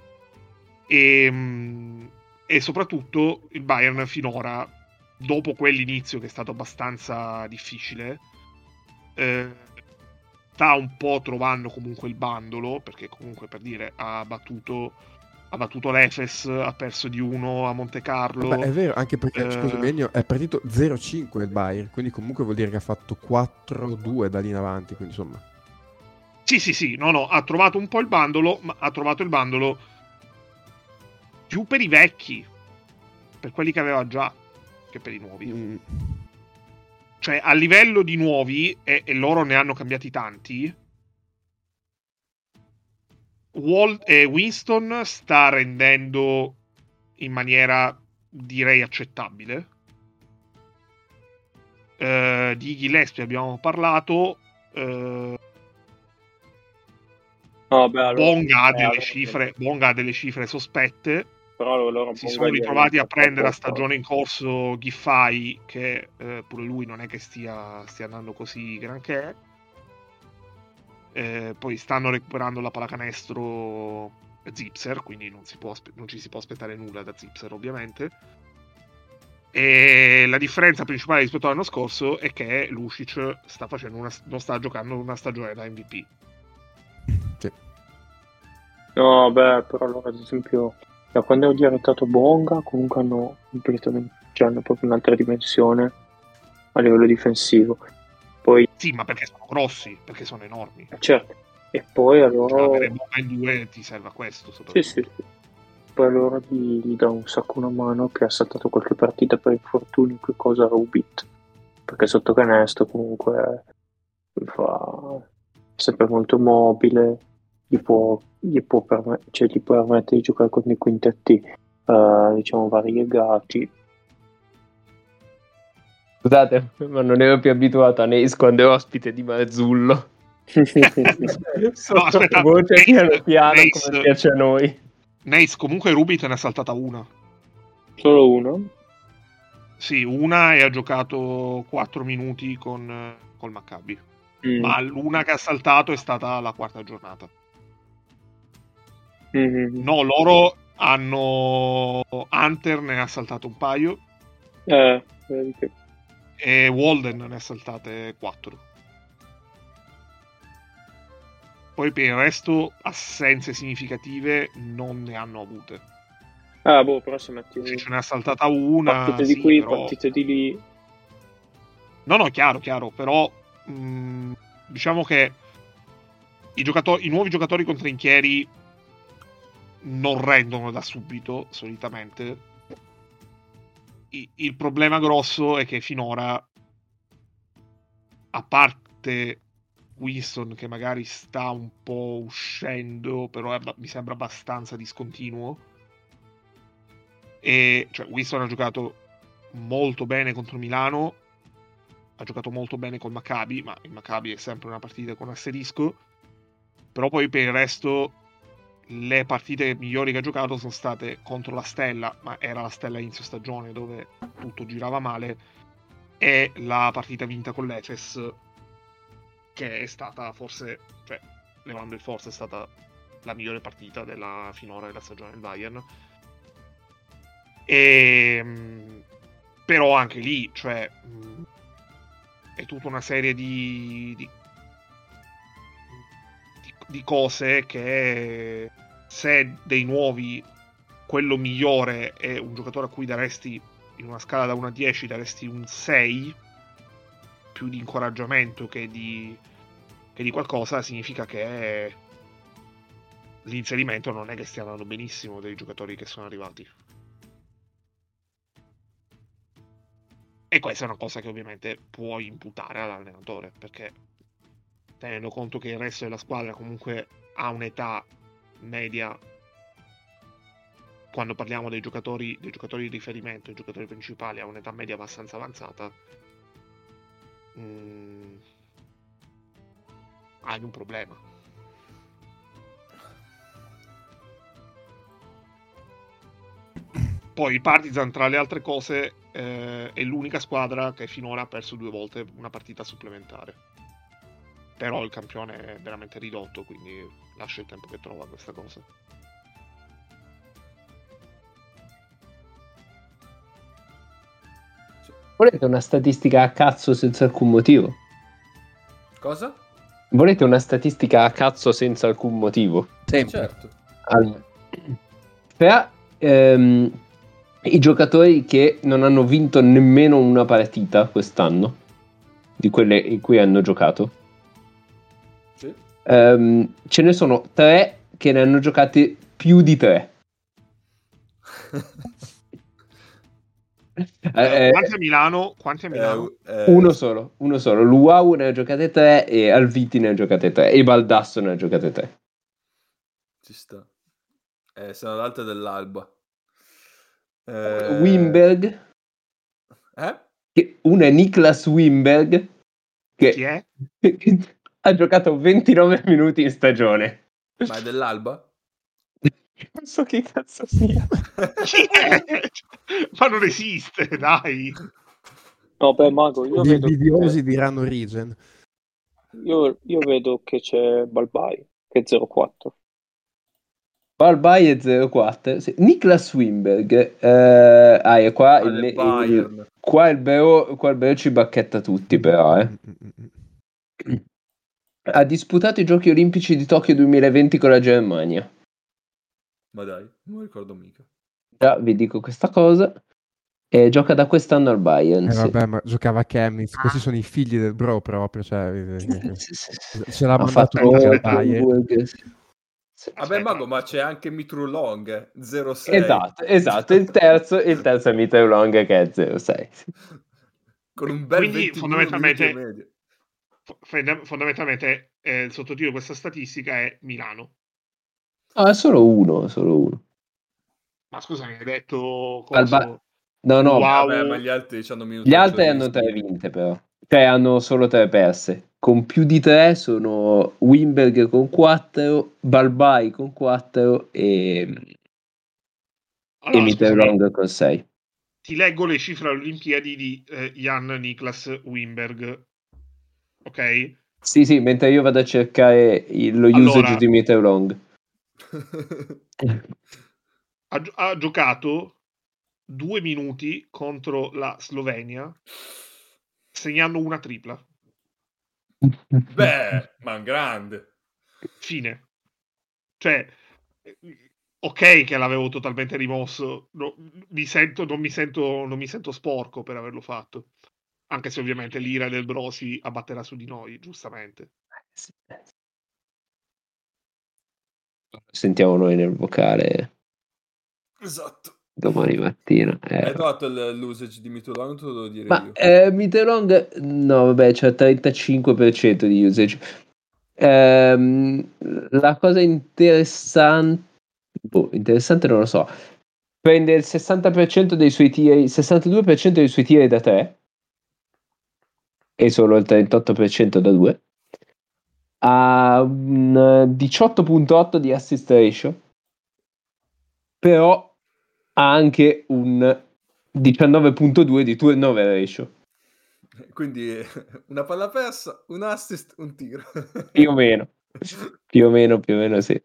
E, e soprattutto il Bayern finora, dopo quell'inizio che è stato abbastanza difficile, eh, sta un po' trovando comunque il bandolo, perché comunque, per dire, ha battuto ha battuto l'Efes, ha perso di uno a Monte Carlo. Beh, è vero, anche perché, eh... scusami Ennio, è partito zero cinque il Bayern, quindi comunque vuol dire che ha fatto quattro due da lì in avanti, quindi insomma. Sì, sì, sì, no, no, ha trovato un po' il bandolo, ma ha trovato il bandolo più per i vecchi, per quelli che aveva già, che per i nuovi. Mm. Cioè, a livello di nuovi, e, e loro ne hanno cambiati tanti, Walt e Winston sta rendendo in maniera, direi, accettabile. Uh, di Gillespie abbiamo parlato. Uh, oh, beh, allora, Bonga, ha eh, delle allora, cifre, Bonga ha delle cifre sospette. Però loro si sono ritrovati a prendere a stagione in corso Giffai, che eh, pure lui non è che stia, stia andando così granché. Eh, poi stanno recuperando la pallacanestro Zipser, quindi non, si può, non ci si può aspettare nulla da Zipser ovviamente. E la differenza principale rispetto all'anno scorso è che Lucic sta facendo una, non sta giocando una stagione da M V P. Sì. No, beh, però allora ad esempio da quando è diventato Bonga comunque hanno completamente, cioè hanno proprio un'altra dimensione a livello difensivo. Poi sì, ma perché sono grossi, perché sono enormi. Certo. E poi allora cioè, avere Bonga in due ti serve a questo sì, sì, sì. Poi allora gli, gli dà un sacco una mano che ha saltato qualche partita per infortuni, che cosa Rubit, perché sotto canestro comunque fa sempre molto mobile, gli può, gli può, permet- cioè, gli può permettere di giocare con dei quintetti uh, diciamo variegati. Scusate, ma non ero più abituato a Neis quando è ospite di Marzullo. No, aspetta, voce Neis, piano piano Neis, come piace a noi. Neis, comunque Rubit ne ha saltata una. Solo una? Sì, una, e ha giocato quattro minuti con col Maccabi. Mm. Ma l'una che ha saltato è stata la quarta giornata. Mm-hmm. No, loro hanno Hunter ne ha saltato un paio. Eh, vedi che... E Walden ne ha saltate quattro. Poi per il resto assenze significative non ne hanno avute. Ah, boh, però se metti... Se ce ne ha saltata una... Partite sì, di qui, però... partite di lì... No, no, chiaro, chiaro, però... Mh, diciamo che i, giocatori, i nuovi giocatori con trinchieri non rendono da subito, solitamente. I, il problema grosso è che finora, a parte Winston che magari sta un po' uscendo, però è, mi sembra abbastanza discontinuo, e cioè Winston ha giocato molto bene contro Milano, ha giocato molto bene col Maccabi, ma il Maccabi è sempre una partita con asterisco. Però poi per il resto le partite migliori che ha giocato sono state contro la Stella, ma era la Stella inizio stagione dove tutto girava male, è la partita vinta con l'Efes, che è stata forse, cioè, levando il forse, è stata la migliore partita della finora della stagione del Bayern. E però anche lì, cioè, è tutta una serie di di, di, di cose che, se dei nuovi quello migliore è un giocatore a cui daresti, in una scala da uno a dieci, daresti un sei, più di incoraggiamento che di, che di qualcosa, significa che l'inserimento non è che stia andando benissimo dei giocatori che sono arrivati. E questa è una cosa che ovviamente puoi imputare all'allenatore, perché tenendo conto che il resto della squadra comunque ha un'età media, quando parliamo dei giocatori, dei giocatori di riferimento, i giocatori principali, ha un'età media abbastanza avanzata, mm, hai un problema. Poi il Partizan, tra le altre cose, eh, è l'unica squadra che finora ha perso due volte una partita supplementare. Però il campione è veramente ridotto, quindi lascia il tempo che trova questa cosa. Volete una statistica a cazzo senza alcun motivo? Cosa? Volete una statistica a cazzo senza alcun motivo? Sempre. Certo. Allora, tra ehm, i giocatori che non hanno vinto nemmeno una partita quest'anno, di quelle in cui hanno giocato, Sì. ehm, ce ne sono tre che ne hanno giocati più di tre. Eh, Eh, quanti a Milano? Quanti a Milano? Eh, eh, uno solo, uno solo. Luau ne ha giocate tre e Alviti ne ha giocate tre e Baldasso ne ha giocate tre. Ci sta. Eh, sono l'alta dell'alba. Eh... Wimberg, Eh? che uno è Niklas Wimberg, che Chi è? ha giocato ventinove minuti in stagione. Ma è dell'alba? Non so che cazzo sia. Chi è? Ma non esiste, dai. No, beh, Mago, io Gli vedo, invidiosi che, diranno Regen. io, io vedo che c'è Balbai, che è zero quattro. Balbai è zero quattro. Sì. Niklas Wimberg, eh, ah, e qua, Ah, il, del il, Bayern. qua il Beo, qua il Beo ci bacchetta tutti, però, eh. Ha disputato i Giochi Olimpici di Tokyo duemilaventi con la Germania. Ma dai, non mi ricordo mica. Già vi dico questa cosa. E gioca da quest'anno al Bayern. Eh Sì. vabbè, ma giocava a Chemnitz, questi sono i figli del bro proprio, cioè, Sì, sì, sì. ce l'ha Ha mandato fatto lui al aspetta, Bayern. Wolfsburg, sì. Sì. Vabbè, Aspetta. Mago, ma c'è anche Mitru Long, eh, zero sei. Esatto, esatto. Il terzo, il terzo è Mitchell Long che è zero sei. Con un bel Quindi ventuno minuti fondamentalmente, e medio. fo- fondamentalmente eh, il sottotitolo di questa statistica è Milano. No, è solo uno, solo uno. Ma scusami, hai detto Al coso? ba- No, no, Wow. Vabbè, ma gli altri hanno minuti. gli altri hanno tre vinte però. Cioè hanno solo tre perse. Con più di tre sono Wimberg con quattro, Balbai con quattro e, Allora, e Mitchell scusami, Long con sei. ti leggo le cifre alle Olimpiadi di eh, Jan Niklas Wimberg. Ok? Sì, sì, mentre io vado a cercare il- lo usage Allora, di Mitchell Long. ha, gio- ha giocato due minuti contro la Slovenia, segnando una tripla. Beh, ma un grande. Fine. Cioè, eh, ok che l'avevo totalmente rimosso, no, mi sento, non, mi sento, non mi sento sporco per averlo fatto. Anche se ovviamente l'ira del bro si abbatterà su di noi, giustamente. Sentiamo noi nel vocale Esatto. domani mattina. Eh, Hai trovato l- l'usage di Mitru Long, te lo devo dire Ma io. eh, Mitchell Long, no, vabbè, c'è il trentacinque per cento di usage. Ehm, la cosa interessante, boh, interessante non lo so. Prende il sessanta per cento dei suoi tiri, sessantadue per cento dei suoi tiri da tre e solo il trentotto per cento da due. Ha un diciotto virgola otto di assist ratio, però ha anche un diciannove virgola due di turnover ratio. Quindi una palla persa, un assist, un tiro. Più o meno. Più o meno, più o meno sì.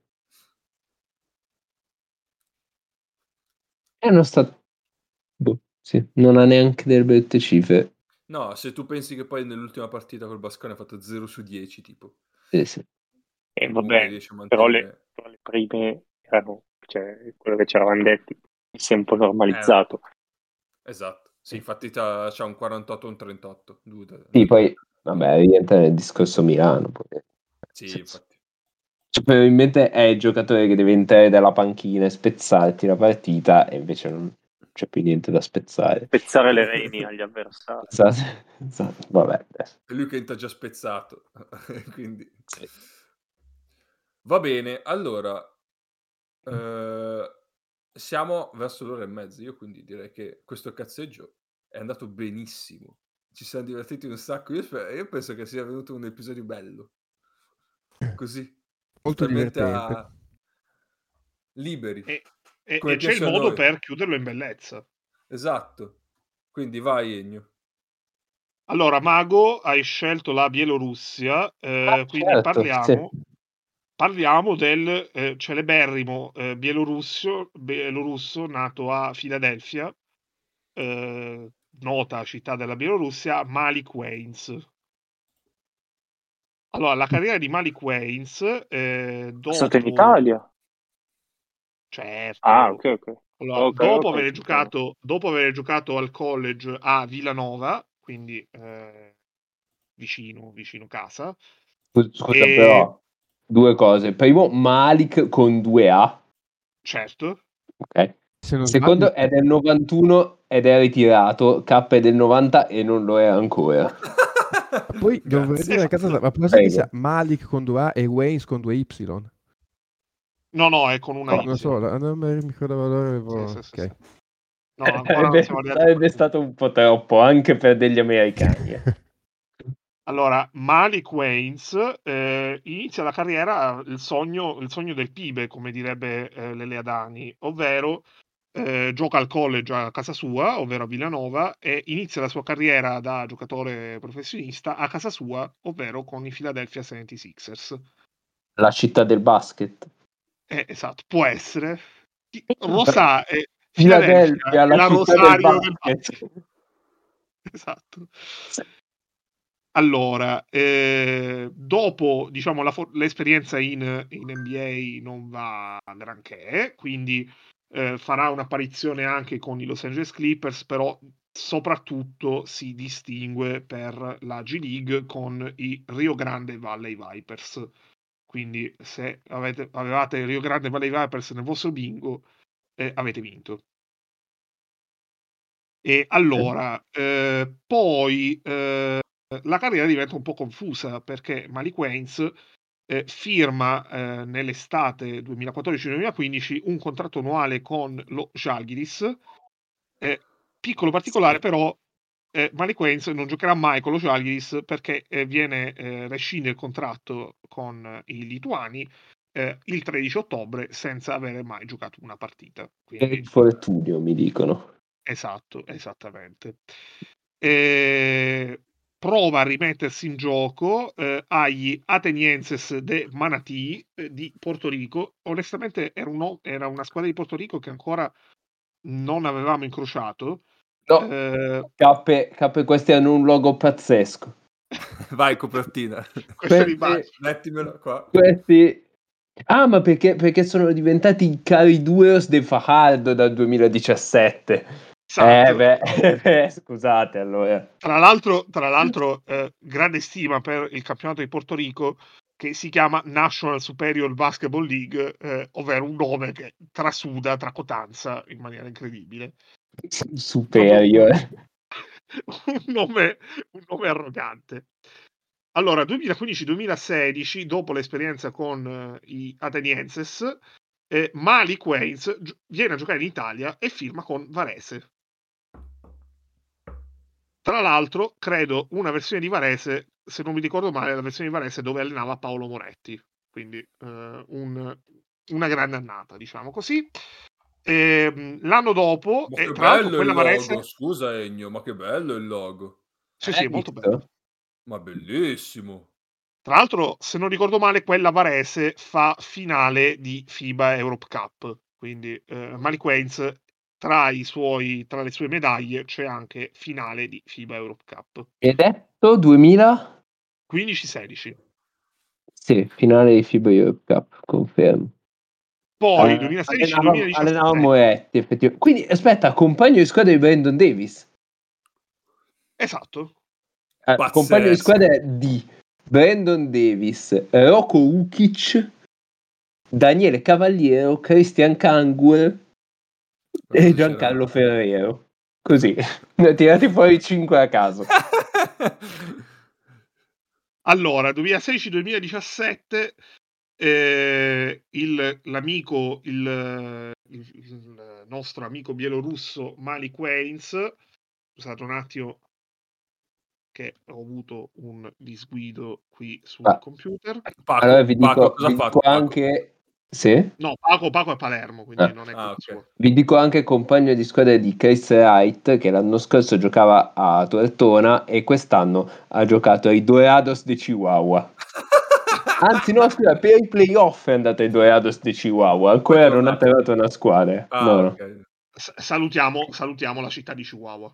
E non sta... Boh, sì, non ha neanche delle brutte cifre. No, se tu pensi che poi nell'ultima partita col Baskonia ha fatto zero su dieci, tipo. Sì, sì. E Comunque vabbè, riesce a però mantenere... le, però le prime erano, cioè, quello che ci eravamo detti, si è un po' Eh, normalizzato. esatto. Sì, infatti c'ha, c'ha un quarantotto e un trentotto. Due, Sì, due. poi, vabbè, rientra nel discorso Milano. Poi. Sì, infatti. Cioè, probabilmente è il giocatore che deve entrare dalla panchina e spezzarti la partita e invece non c'è più niente da spezzare. Spezzare le reni agli avversari. Esatto, esatto. Vabbè, adesso. È lui che entra già spezzato. Quindi... Sì. Va bene, allora... eh, siamo verso l'ora e mezza. Io quindi direi che questo cazzeggio è andato benissimo. Ci siamo divertiti un sacco. Io, spero- io penso che sia venuto un episodio bello. Così. Molto Totalmente divertente. a... liberi. E, e- Come e c'è il piace a modo noi. per chiuderlo in bellezza. Esatto. Quindi vai, Ennio. Allora, Mago, hai scelto la Bielorussia, eh, Ah, quindi certo, parliamo, sì. parliamo del eh, celeberrimo eh, bielorusso, bielorusso nato a Filadelfia, eh, nota città della Bielorussia, Malik Waynes. Allora, la carriera di Malik Waynes, eh, È stato in dopo... Italia? Certo. Ah, ok, ok. Allora, Ok, dopo ok, aver pensavo. giocato, dopo aver giocato al college a Villanova, quindi eh, vicino, vicino casa, Scusa, e però, due cose. Primo, Malik con due A. certo, Ok. Se non sbaglio, Secondo, è del novantuno ed è ritirato. K è del novanta e non lo è ancora. poi devo Grazie. dire una cosa, ma può essere che sia Malik con due A e Waynes con due Y? no, no, è con una No. Y. Non so, la- non mi ricordavo allora. Avevo... Sì, sì, sì, ok. sì. No, ancora non siamo Sarebbe, arrivati a sarebbe quel punto. stato un po' troppo anche per degli americani. eh. Allora, Malik Waynes eh, inizia la carriera, il sogno, il sogno del pibe, come direbbe eh, Lele Adani, ovvero eh, gioca al college a casa sua, ovvero a Villanova, e inizia la sua carriera da giocatore professionista a casa sua, ovvero con i Philadelphia settantasei ers. La città del basket. Eh, esatto, può essere. Rosa, eh, Philadelphia Philadelphia, è la la città del Rosario del basket. basket. Esatto. Allora, eh, dopo diciamo la for- l'esperienza in, in N B A non va granché, quindi eh, farà un'apparizione anche con i Los Angeles Clippers, però soprattutto si distingue per la G League con i Rio Grande Valley Vipers. Quindi se avete, avevate Rio Grande Valley Vipers nel vostro bingo, eh, avete vinto. E allora, eh, poi eh, la carriera diventa un po' confusa perché Malik Waynes eh, firma eh, nell'estate duemilaquattordici duemilaquindici un contratto annuale con lo Žalgiris. Eh, piccolo particolare, però, eh, Malik Waynes non giocherà mai con lo Žalgiris perché eh, viene eh, rescinde il contratto con i lituani eh, il tredici ottobre senza avere mai giocato una partita. Per Quindi, infortunio, mi dicono. esatto, esattamente. E prova a rimettersi in gioco eh, agli Atenienses de Manatí eh, di Porto Rico. Onestamente era, un, era una squadra di Porto Rico che ancora non avevamo incrociato. No, Eh, Cappe, Cappe, questi hanno un logo pazzesco. Vai, copertina. questa è Questi, l'immagine. Mettimelo qua. questi... Ah, ma perché, perché sono diventati i cari duos de Fajardo dal duemiladiciassette. Eh Esatto. beh, eh, scusate allora. Tra l'altro, tra l'altro eh, grande stima per il campionato di Porto Rico che si chiama National Superior Basketball League, eh, ovvero un nome che trasuda tracotanza in maniera incredibile. Superior. Un nome, un nome arrogante. Allora, duemilaquindici duemilasedici, dopo l'esperienza con eh, i Atenienses, eh, Malik Waynes gi- viene a giocare in Italia e firma con Varese. Tra l'altro, credo una versione di Varese, se non mi ricordo male, la versione di Varese dove allenava Paolo Moretti. Quindi eh, un- una grande annata, diciamo così. E, l'anno dopo, Ma e che tra l'altro bello il quella logo. Varese... Scusa, Ennio, ma che bello il logo. Sì, Hai sì, è molto visto? bello. Ma bellissimo. Tra l'altro, se non ricordo male, quella Varese fa finale di FIBA Europe Cup. Quindi eh, Malik Waynes, tra, i suoi, tra le sue medaglie, c'è anche finale di FIBA Europe Cup. Hai detto duemila? quindici sedici. Sì, finale di FIBA Europe Cup, confermo. Poi Eh, duemilasedici allenavamo, duemiladiciassette. allenavamo Moretti, effettivamente. Quindi, aspetta, compagno di squadra di Brandon Davis. Esatto. Eh, compagno di Pazzesco. squadra di Brandon Davis, Rocco Ukic, Daniele Cavaliero, Christian Cangur e Giancarlo Ferrero. Così, ne ho tirati fuori cinque a caso. Allora, duemilasedici duemiladiciassette, eh, il, l'amico, il, il, il nostro amico bielorusso Malik Waynes, scusate un attimo che ho avuto un disguido qui sul Ah, computer. Paco, allora vi dico, Paco, cosa vi ha fatto dico Paco? anche... Sì? No, Paco, Paco è Palermo, quindi Ah. non è Ah, colpa ok. sua. Vi dico anche compagno di squadra di Chris Wright, che l'anno scorso giocava a Tortona e quest'anno ha giocato ai Dorados di Chihuahua. Anzi, no, scusa, per i playoff è andato ai Dorados di Chihuahua. Poi è Ancora non ha tornato. trovato una squadra. Ah, No, no. ok. S- salutiamo, salutiamo la città di Chihuahua.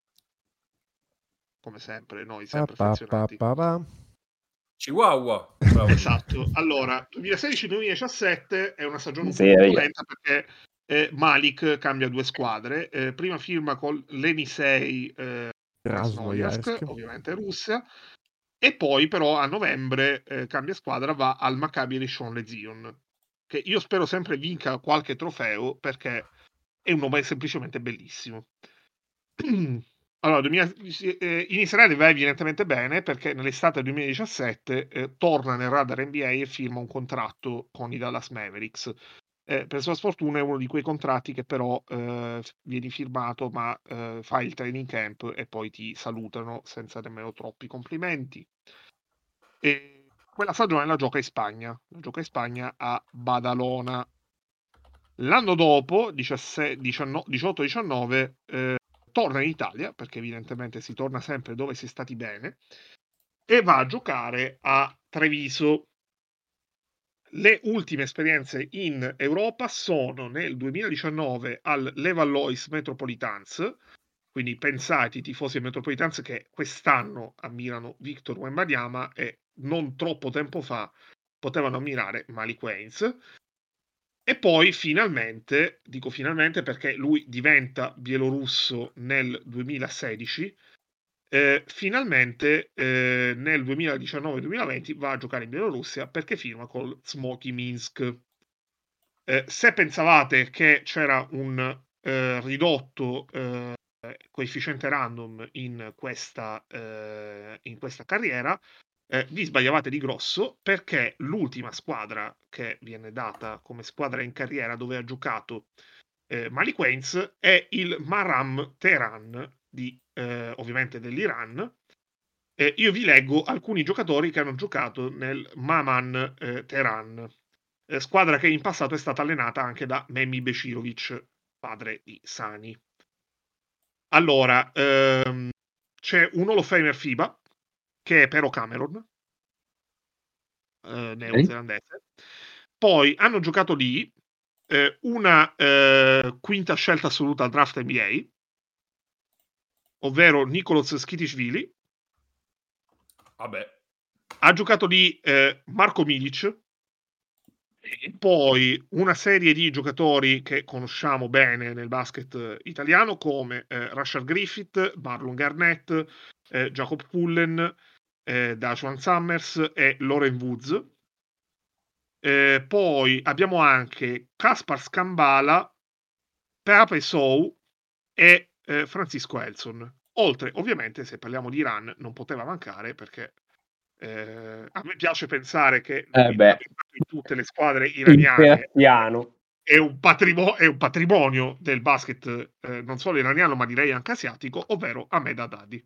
Come sempre, noi Pa, sempre pa, pa, affezionati. pa, pa. Chihuahua. Bravo. Esatto. Allora, duemilasedici duemiladiciassette è una stagione un po' Miseria. turbolenta perché eh, Malik cambia due squadre. Eh, prima firma con l'Enisei eh, Krasnoyarsk, Krasnoyarsk. ovviamente Russia, e poi però a novembre eh, cambia squadra, va al Maccabi Rishon LeZion, che io spero sempre vinca qualche trofeo perché è un nome semplicemente bellissimo. Allora, duemila eh, in Israele va evidentemente bene perché nell'estate del duemiladiciassette eh, torna nel radar N B A e firma un contratto con i Dallas Mavericks. Eh, per sua sfortuna è uno di quei contratti che però eh, vieni firmato ma eh, fai il training camp e poi ti salutano senza nemmeno troppi complimenti. E quella stagione la gioca in Spagna, la gioca in Spagna a Badalona. L'anno dopo, diciotto diciannove, eh, torna in Italia, perché evidentemente si torna sempre dove si è stati bene, e va a giocare a Treviso. Le ultime esperienze in Europa sono nel duemiladiciannove al Levallois Metropolitans, quindi pensate i tifosi Metropolitans che quest'anno ammirano Victor Wembanyama e non troppo tempo fa potevano ammirare Malik Waynes. E poi finalmente, dico finalmente perché lui diventa bielorusso nel duemilasedici, eh, finalmente eh, nel duemiladiciannove duemilaventi va a giocare in Bielorussia perché firma col Smoky Minsk. Eh, se pensavate che c'era un eh, ridotto eh, coefficiente random in questa, eh, in questa carriera, eh, vi sbagliavate di grosso perché l'ultima squadra che viene data come squadra in carriera dove ha giocato eh, Malik Waynes è il Maram Teheran di, eh, ovviamente dell'Iran. Eh, io vi leggo alcuni giocatori che hanno giocato nel Maman eh, Teheran, eh, squadra che in passato è stata allenata anche da Memi Becirovic, padre di Sani. Allora, ehm, c'è un Hall of Famer FIBA che è Pero Cameron, eh, neozelandese. Poi hanno giocato lì eh, una eh, quinta scelta assoluta al draft N B A, ovvero Nicolas Skitishvili. Vabbè. Ha giocato lì eh, Marco Milic. Poi una serie di giocatori che conosciamo bene nel basket italiano come eh, Rashard Griffith, Marlon Garnett, eh, Jacob Pullen, eh, Dajuan Summers e Loren Woods. Eh, poi abbiamo anche Kaspar Scambala, Pepe Sou e eh, Francisco Elson. Oltre, ovviamente, se parliamo di Iran, non poteva mancare perché eh, a me piace pensare che lui Eh beh, ha giocato in tutte le squadre il iraniane. persiano. È un, patrimo- è un patrimonio del basket eh, non solo iraniano, ma direi anche asiatico, ovvero Ahmed Haddadi.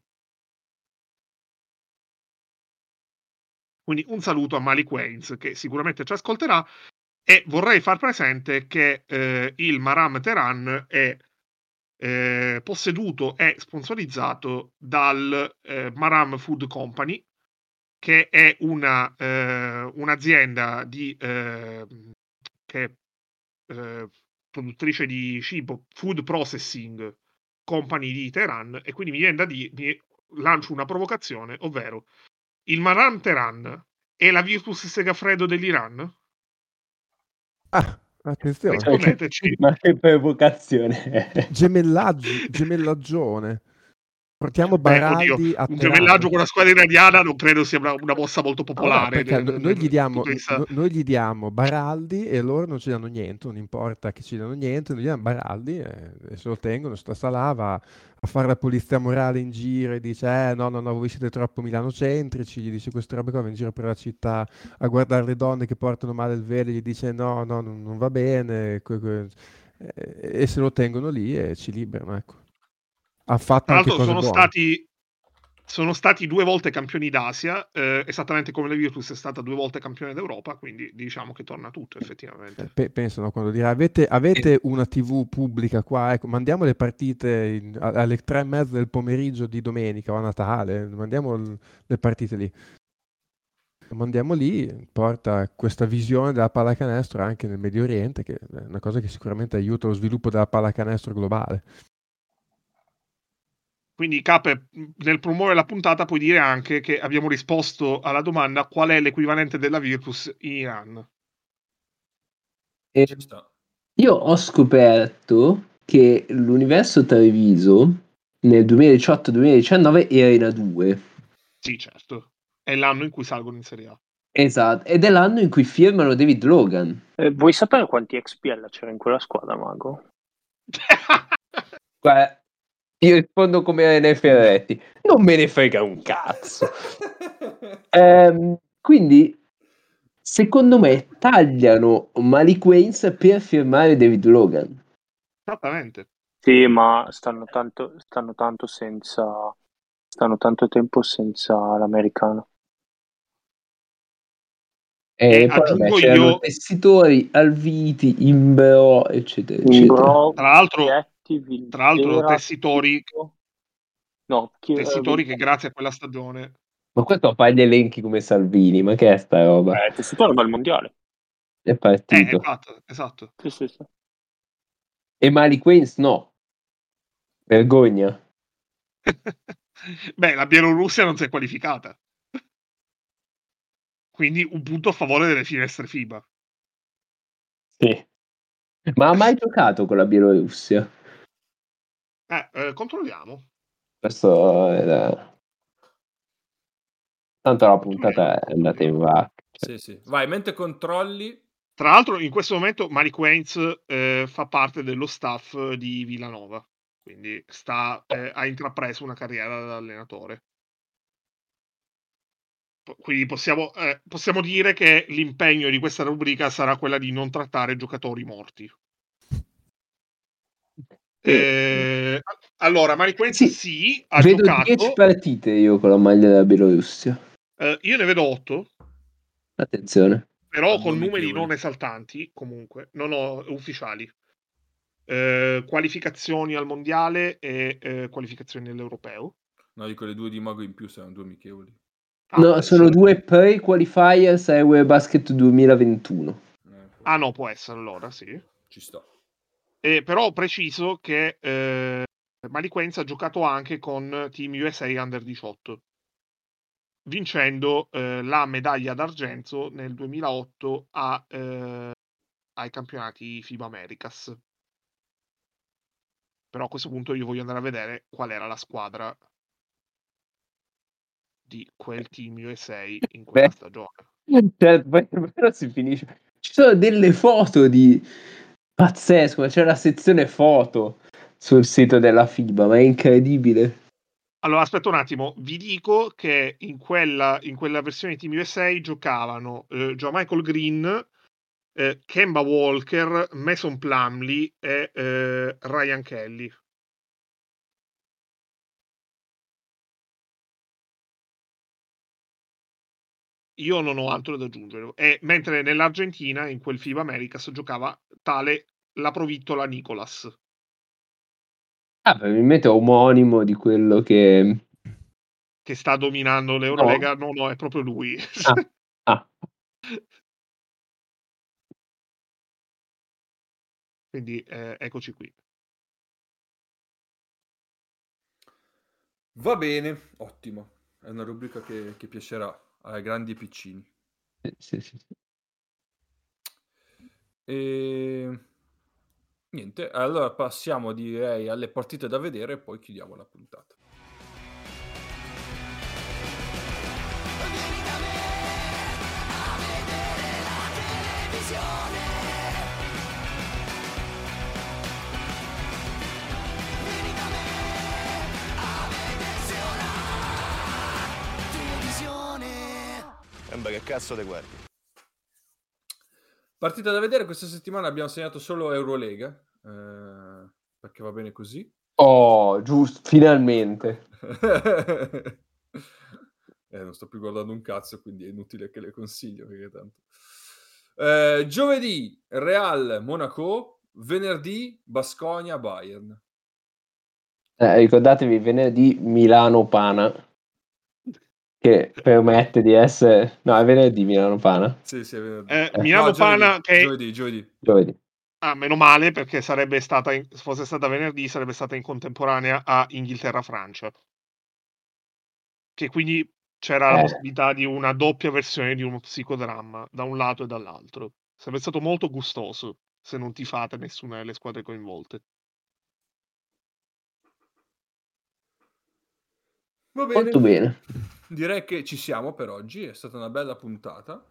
Quindi un saluto a Malik Waynes, che sicuramente ci ascolterà. E vorrei far presente che eh, il Maram Teheran è eh, posseduto e sponsorizzato dal eh, Maram Food Company, che è una, eh, un'azienda di, eh, che eh, produttrice di cibo, food processing company di Teheran, e quindi mi viene da dire, lancio una provocazione, ovvero il Maran Teheran è la Virtus Segafredo dell'Iran? Ah, attenzione. Rispondeteci. Ma che provocazione. Gemellaggio, gemellaggione. Portiamo Beh, oddio, Baraldi a un Teheran. gemellaggio con la squadra iraniana non credo sia una, una mossa molto Ah, no, popolare. perché nel- no- nel- noi, gli nel diamo, punto di vista- no- noi gli diamo Baraldi e loro non ci danno niente, non importa che ci danno niente, noi gli diamo Baraldi e, e se lo tengono, sta Salah va a fare la polizia morale in giro e dice eh no no no voi siete troppo milanocentrici, gli dice queste robe qua, va in giro per la città a guardare le donne che portano male il velo, gli dice no no non, non va bene que- que- e, e se lo tengono lì e ci liberano, ecco. Ha fatto Tra anche l'altro cose sono buone. stati, sono stati due volte campioni d'Asia, eh, esattamente come la Virtus è stata due volte campione d'Europa, quindi diciamo che torna tutto Eh, effettivamente. pe- pensano quando dirà avete, avete una tivù pubblica qua, ecco, mandiamo le partite in- a- alle tre e mezza del pomeriggio di domenica o a Natale, mandiamo l- le partite lì. Lo mandiamo lì, porta questa visione della pallacanestro anche nel Medio Oriente, che è una cosa che sicuramente aiuta lo sviluppo della pallacanestro globale. Quindi, Cape, nel promuovere la puntata puoi dire anche che abbiamo risposto alla domanda qual è l'equivalente della Virtus in Iran. E Ci sta. io ho scoperto che l'universo Treviso nel duemiladiciotto duemiladiciannove era in A due. Sì, certo. È l'anno in cui salgono in Serie A. Esatto, ed è l'anno in cui firmano David Logan. Eh, vuoi sapere quanti X P L c'era in quella squadra, Mago? Guarda, io rispondo come nei Ferretti, non me ne frega un cazzo. Ehm, quindi, secondo me, tagliano Malik Waynes per firmare David Logan. Esattamente. Sì, ma stanno tanto, stanno tanto senza, stanno tanto tempo senza l'americano. E, E poi vabbè, aggiungo c'erano io, Tessitori, Alviti, Imbro, eccetera, eccetera. Imbro, tra l'altro, Villetti, tra l'altro Vildera, Tessitori, Chicco- no, chi, eh, Tessitori che Villetti. grazie a quella stagione... Ma questo fa gli elenchi come Salvini, ma che è sta roba? Eh, Tessitore va al mondiale. È Eh, partito. esatto, esatto. Sì, sì, sì. E Malik Waynes no. Vergogna. Beh, la Bielorussia non si è qualificata. Quindi un punto a favore delle finestre FIBA. Sì. Ma ha mai giocato con la Bielorussia? Eh, eh, controlliamo. Questo era... Tanto la Controlliamo, puntata è andata in controlliamo. vacca. Sì, sì. Vai, mentre controlli... Tra l'altro, in questo momento Malik Waynes eh, fa parte dello staff di Villanova, quindi sta, eh, ha intrapreso una carriera da allenatore. Po- Quindi possiamo, eh, possiamo dire che l'impegno di questa rubrica sarà quella di non trattare giocatori morti. Eh, allora, Malik Waynes Sì, sì, ha vedo dieci giocato. partite io con la maglia della Bielorussia. Eh, io ne vedo otto, Attenzione. però A due con numeri amichevoli. non esaltanti, comunque, non ho ufficiali. Eh, qualificazioni al mondiale e eh, qualificazioni all'europeo. No, dico le due di Mago in più saranno due amichevoli. Ah, No, può sono essere. due pre-qualifiers a Eurobasket duemilaventuno. Eh, Ah, no, può essere allora, sì. ci sto. E però ho preciso che eh, Malik Waynes ha giocato anche con Team U S A Under diciotto, vincendo eh, la medaglia d'argento nel duemilaotto a, eh, ai campionati FIBA Americas. Però a questo punto io voglio andare a vedere qual era la squadra di quel Team U S A in quella Beh, stagione. cioè, poi però si finisce. Ci sono delle foto di pazzesco, ma c'è la sezione foto sul sito della FIBA, ma è incredibile. Allora, aspetta un attimo, vi dico che in quella, in quella versione di Team U S A giocavano eh, Joe Michael Green, eh, Kemba Walker, Mason Plumlee e eh, Ryan Kelly. Io non ho altro da aggiungere. E mentre nell'Argentina, in quel FIBA Americas, giocava tale la provittola Nicolas. Ah, probabilmente è omonimo di quello che... che sta dominando l'Eurolega. No, no, è proprio lui. Ah, ah. Quindi eh, eccoci qui. Va bene, ottimo. È una rubrica che, che piacerà ai grandi e piccini. Sì, sì, sì. E niente, allora passiamo direi alle partite da vedere e poi chiudiamo la puntata. Vieni da me a vedere la televisione. Vieni da me a vedersi una televisione. E beh, che cazzo te guardi? Partita da vedere, questa settimana abbiamo segnato solo Eurolega, eh, perché va bene così. Oh, giusto, finalmente. eh, non sto più guardando un cazzo, quindi è inutile che le consiglio, perché tanto... Eh, giovedì Real Monaco, venerdì Baskonia Bayern. Eh, ricordatevi venerdì Milano-Pana, che permette di essere... No, è venerdì Milano-Pana. Sì, sì, è venerdì. Eh, Eh. Milano No, giovedì, Pana che giovedì, giovedì. Giovedì. ah, meno male, perché sarebbe stata in... se fosse stata venerdì sarebbe stata in contemporanea a Inghilterra-Francia, che quindi c'era la Eh. possibilità di una doppia versione di uno psicodramma da un lato e dall'altro. Sarebbe stato molto gustoso se non tifate nessuna delle squadre coinvolte. Va bene. Molto bene. Direi che ci siamo per oggi, è stata una bella puntata.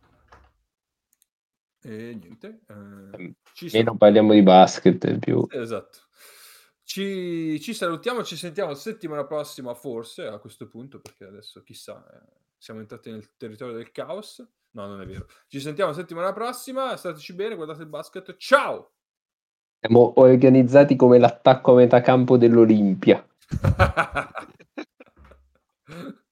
E niente, eh, ci Meno salu- parliamo di basket più. esatto. Ci, ci salutiamo, ci sentiamo settimana prossima forse a questo punto, perché adesso chissà, eh, siamo entrati nel territorio del caos. No, non è vero. Ci sentiamo settimana prossima, stateci bene, guardate il basket. Ciao! Siamo organizzati come l'attacco a metà campo dell'Olimpia.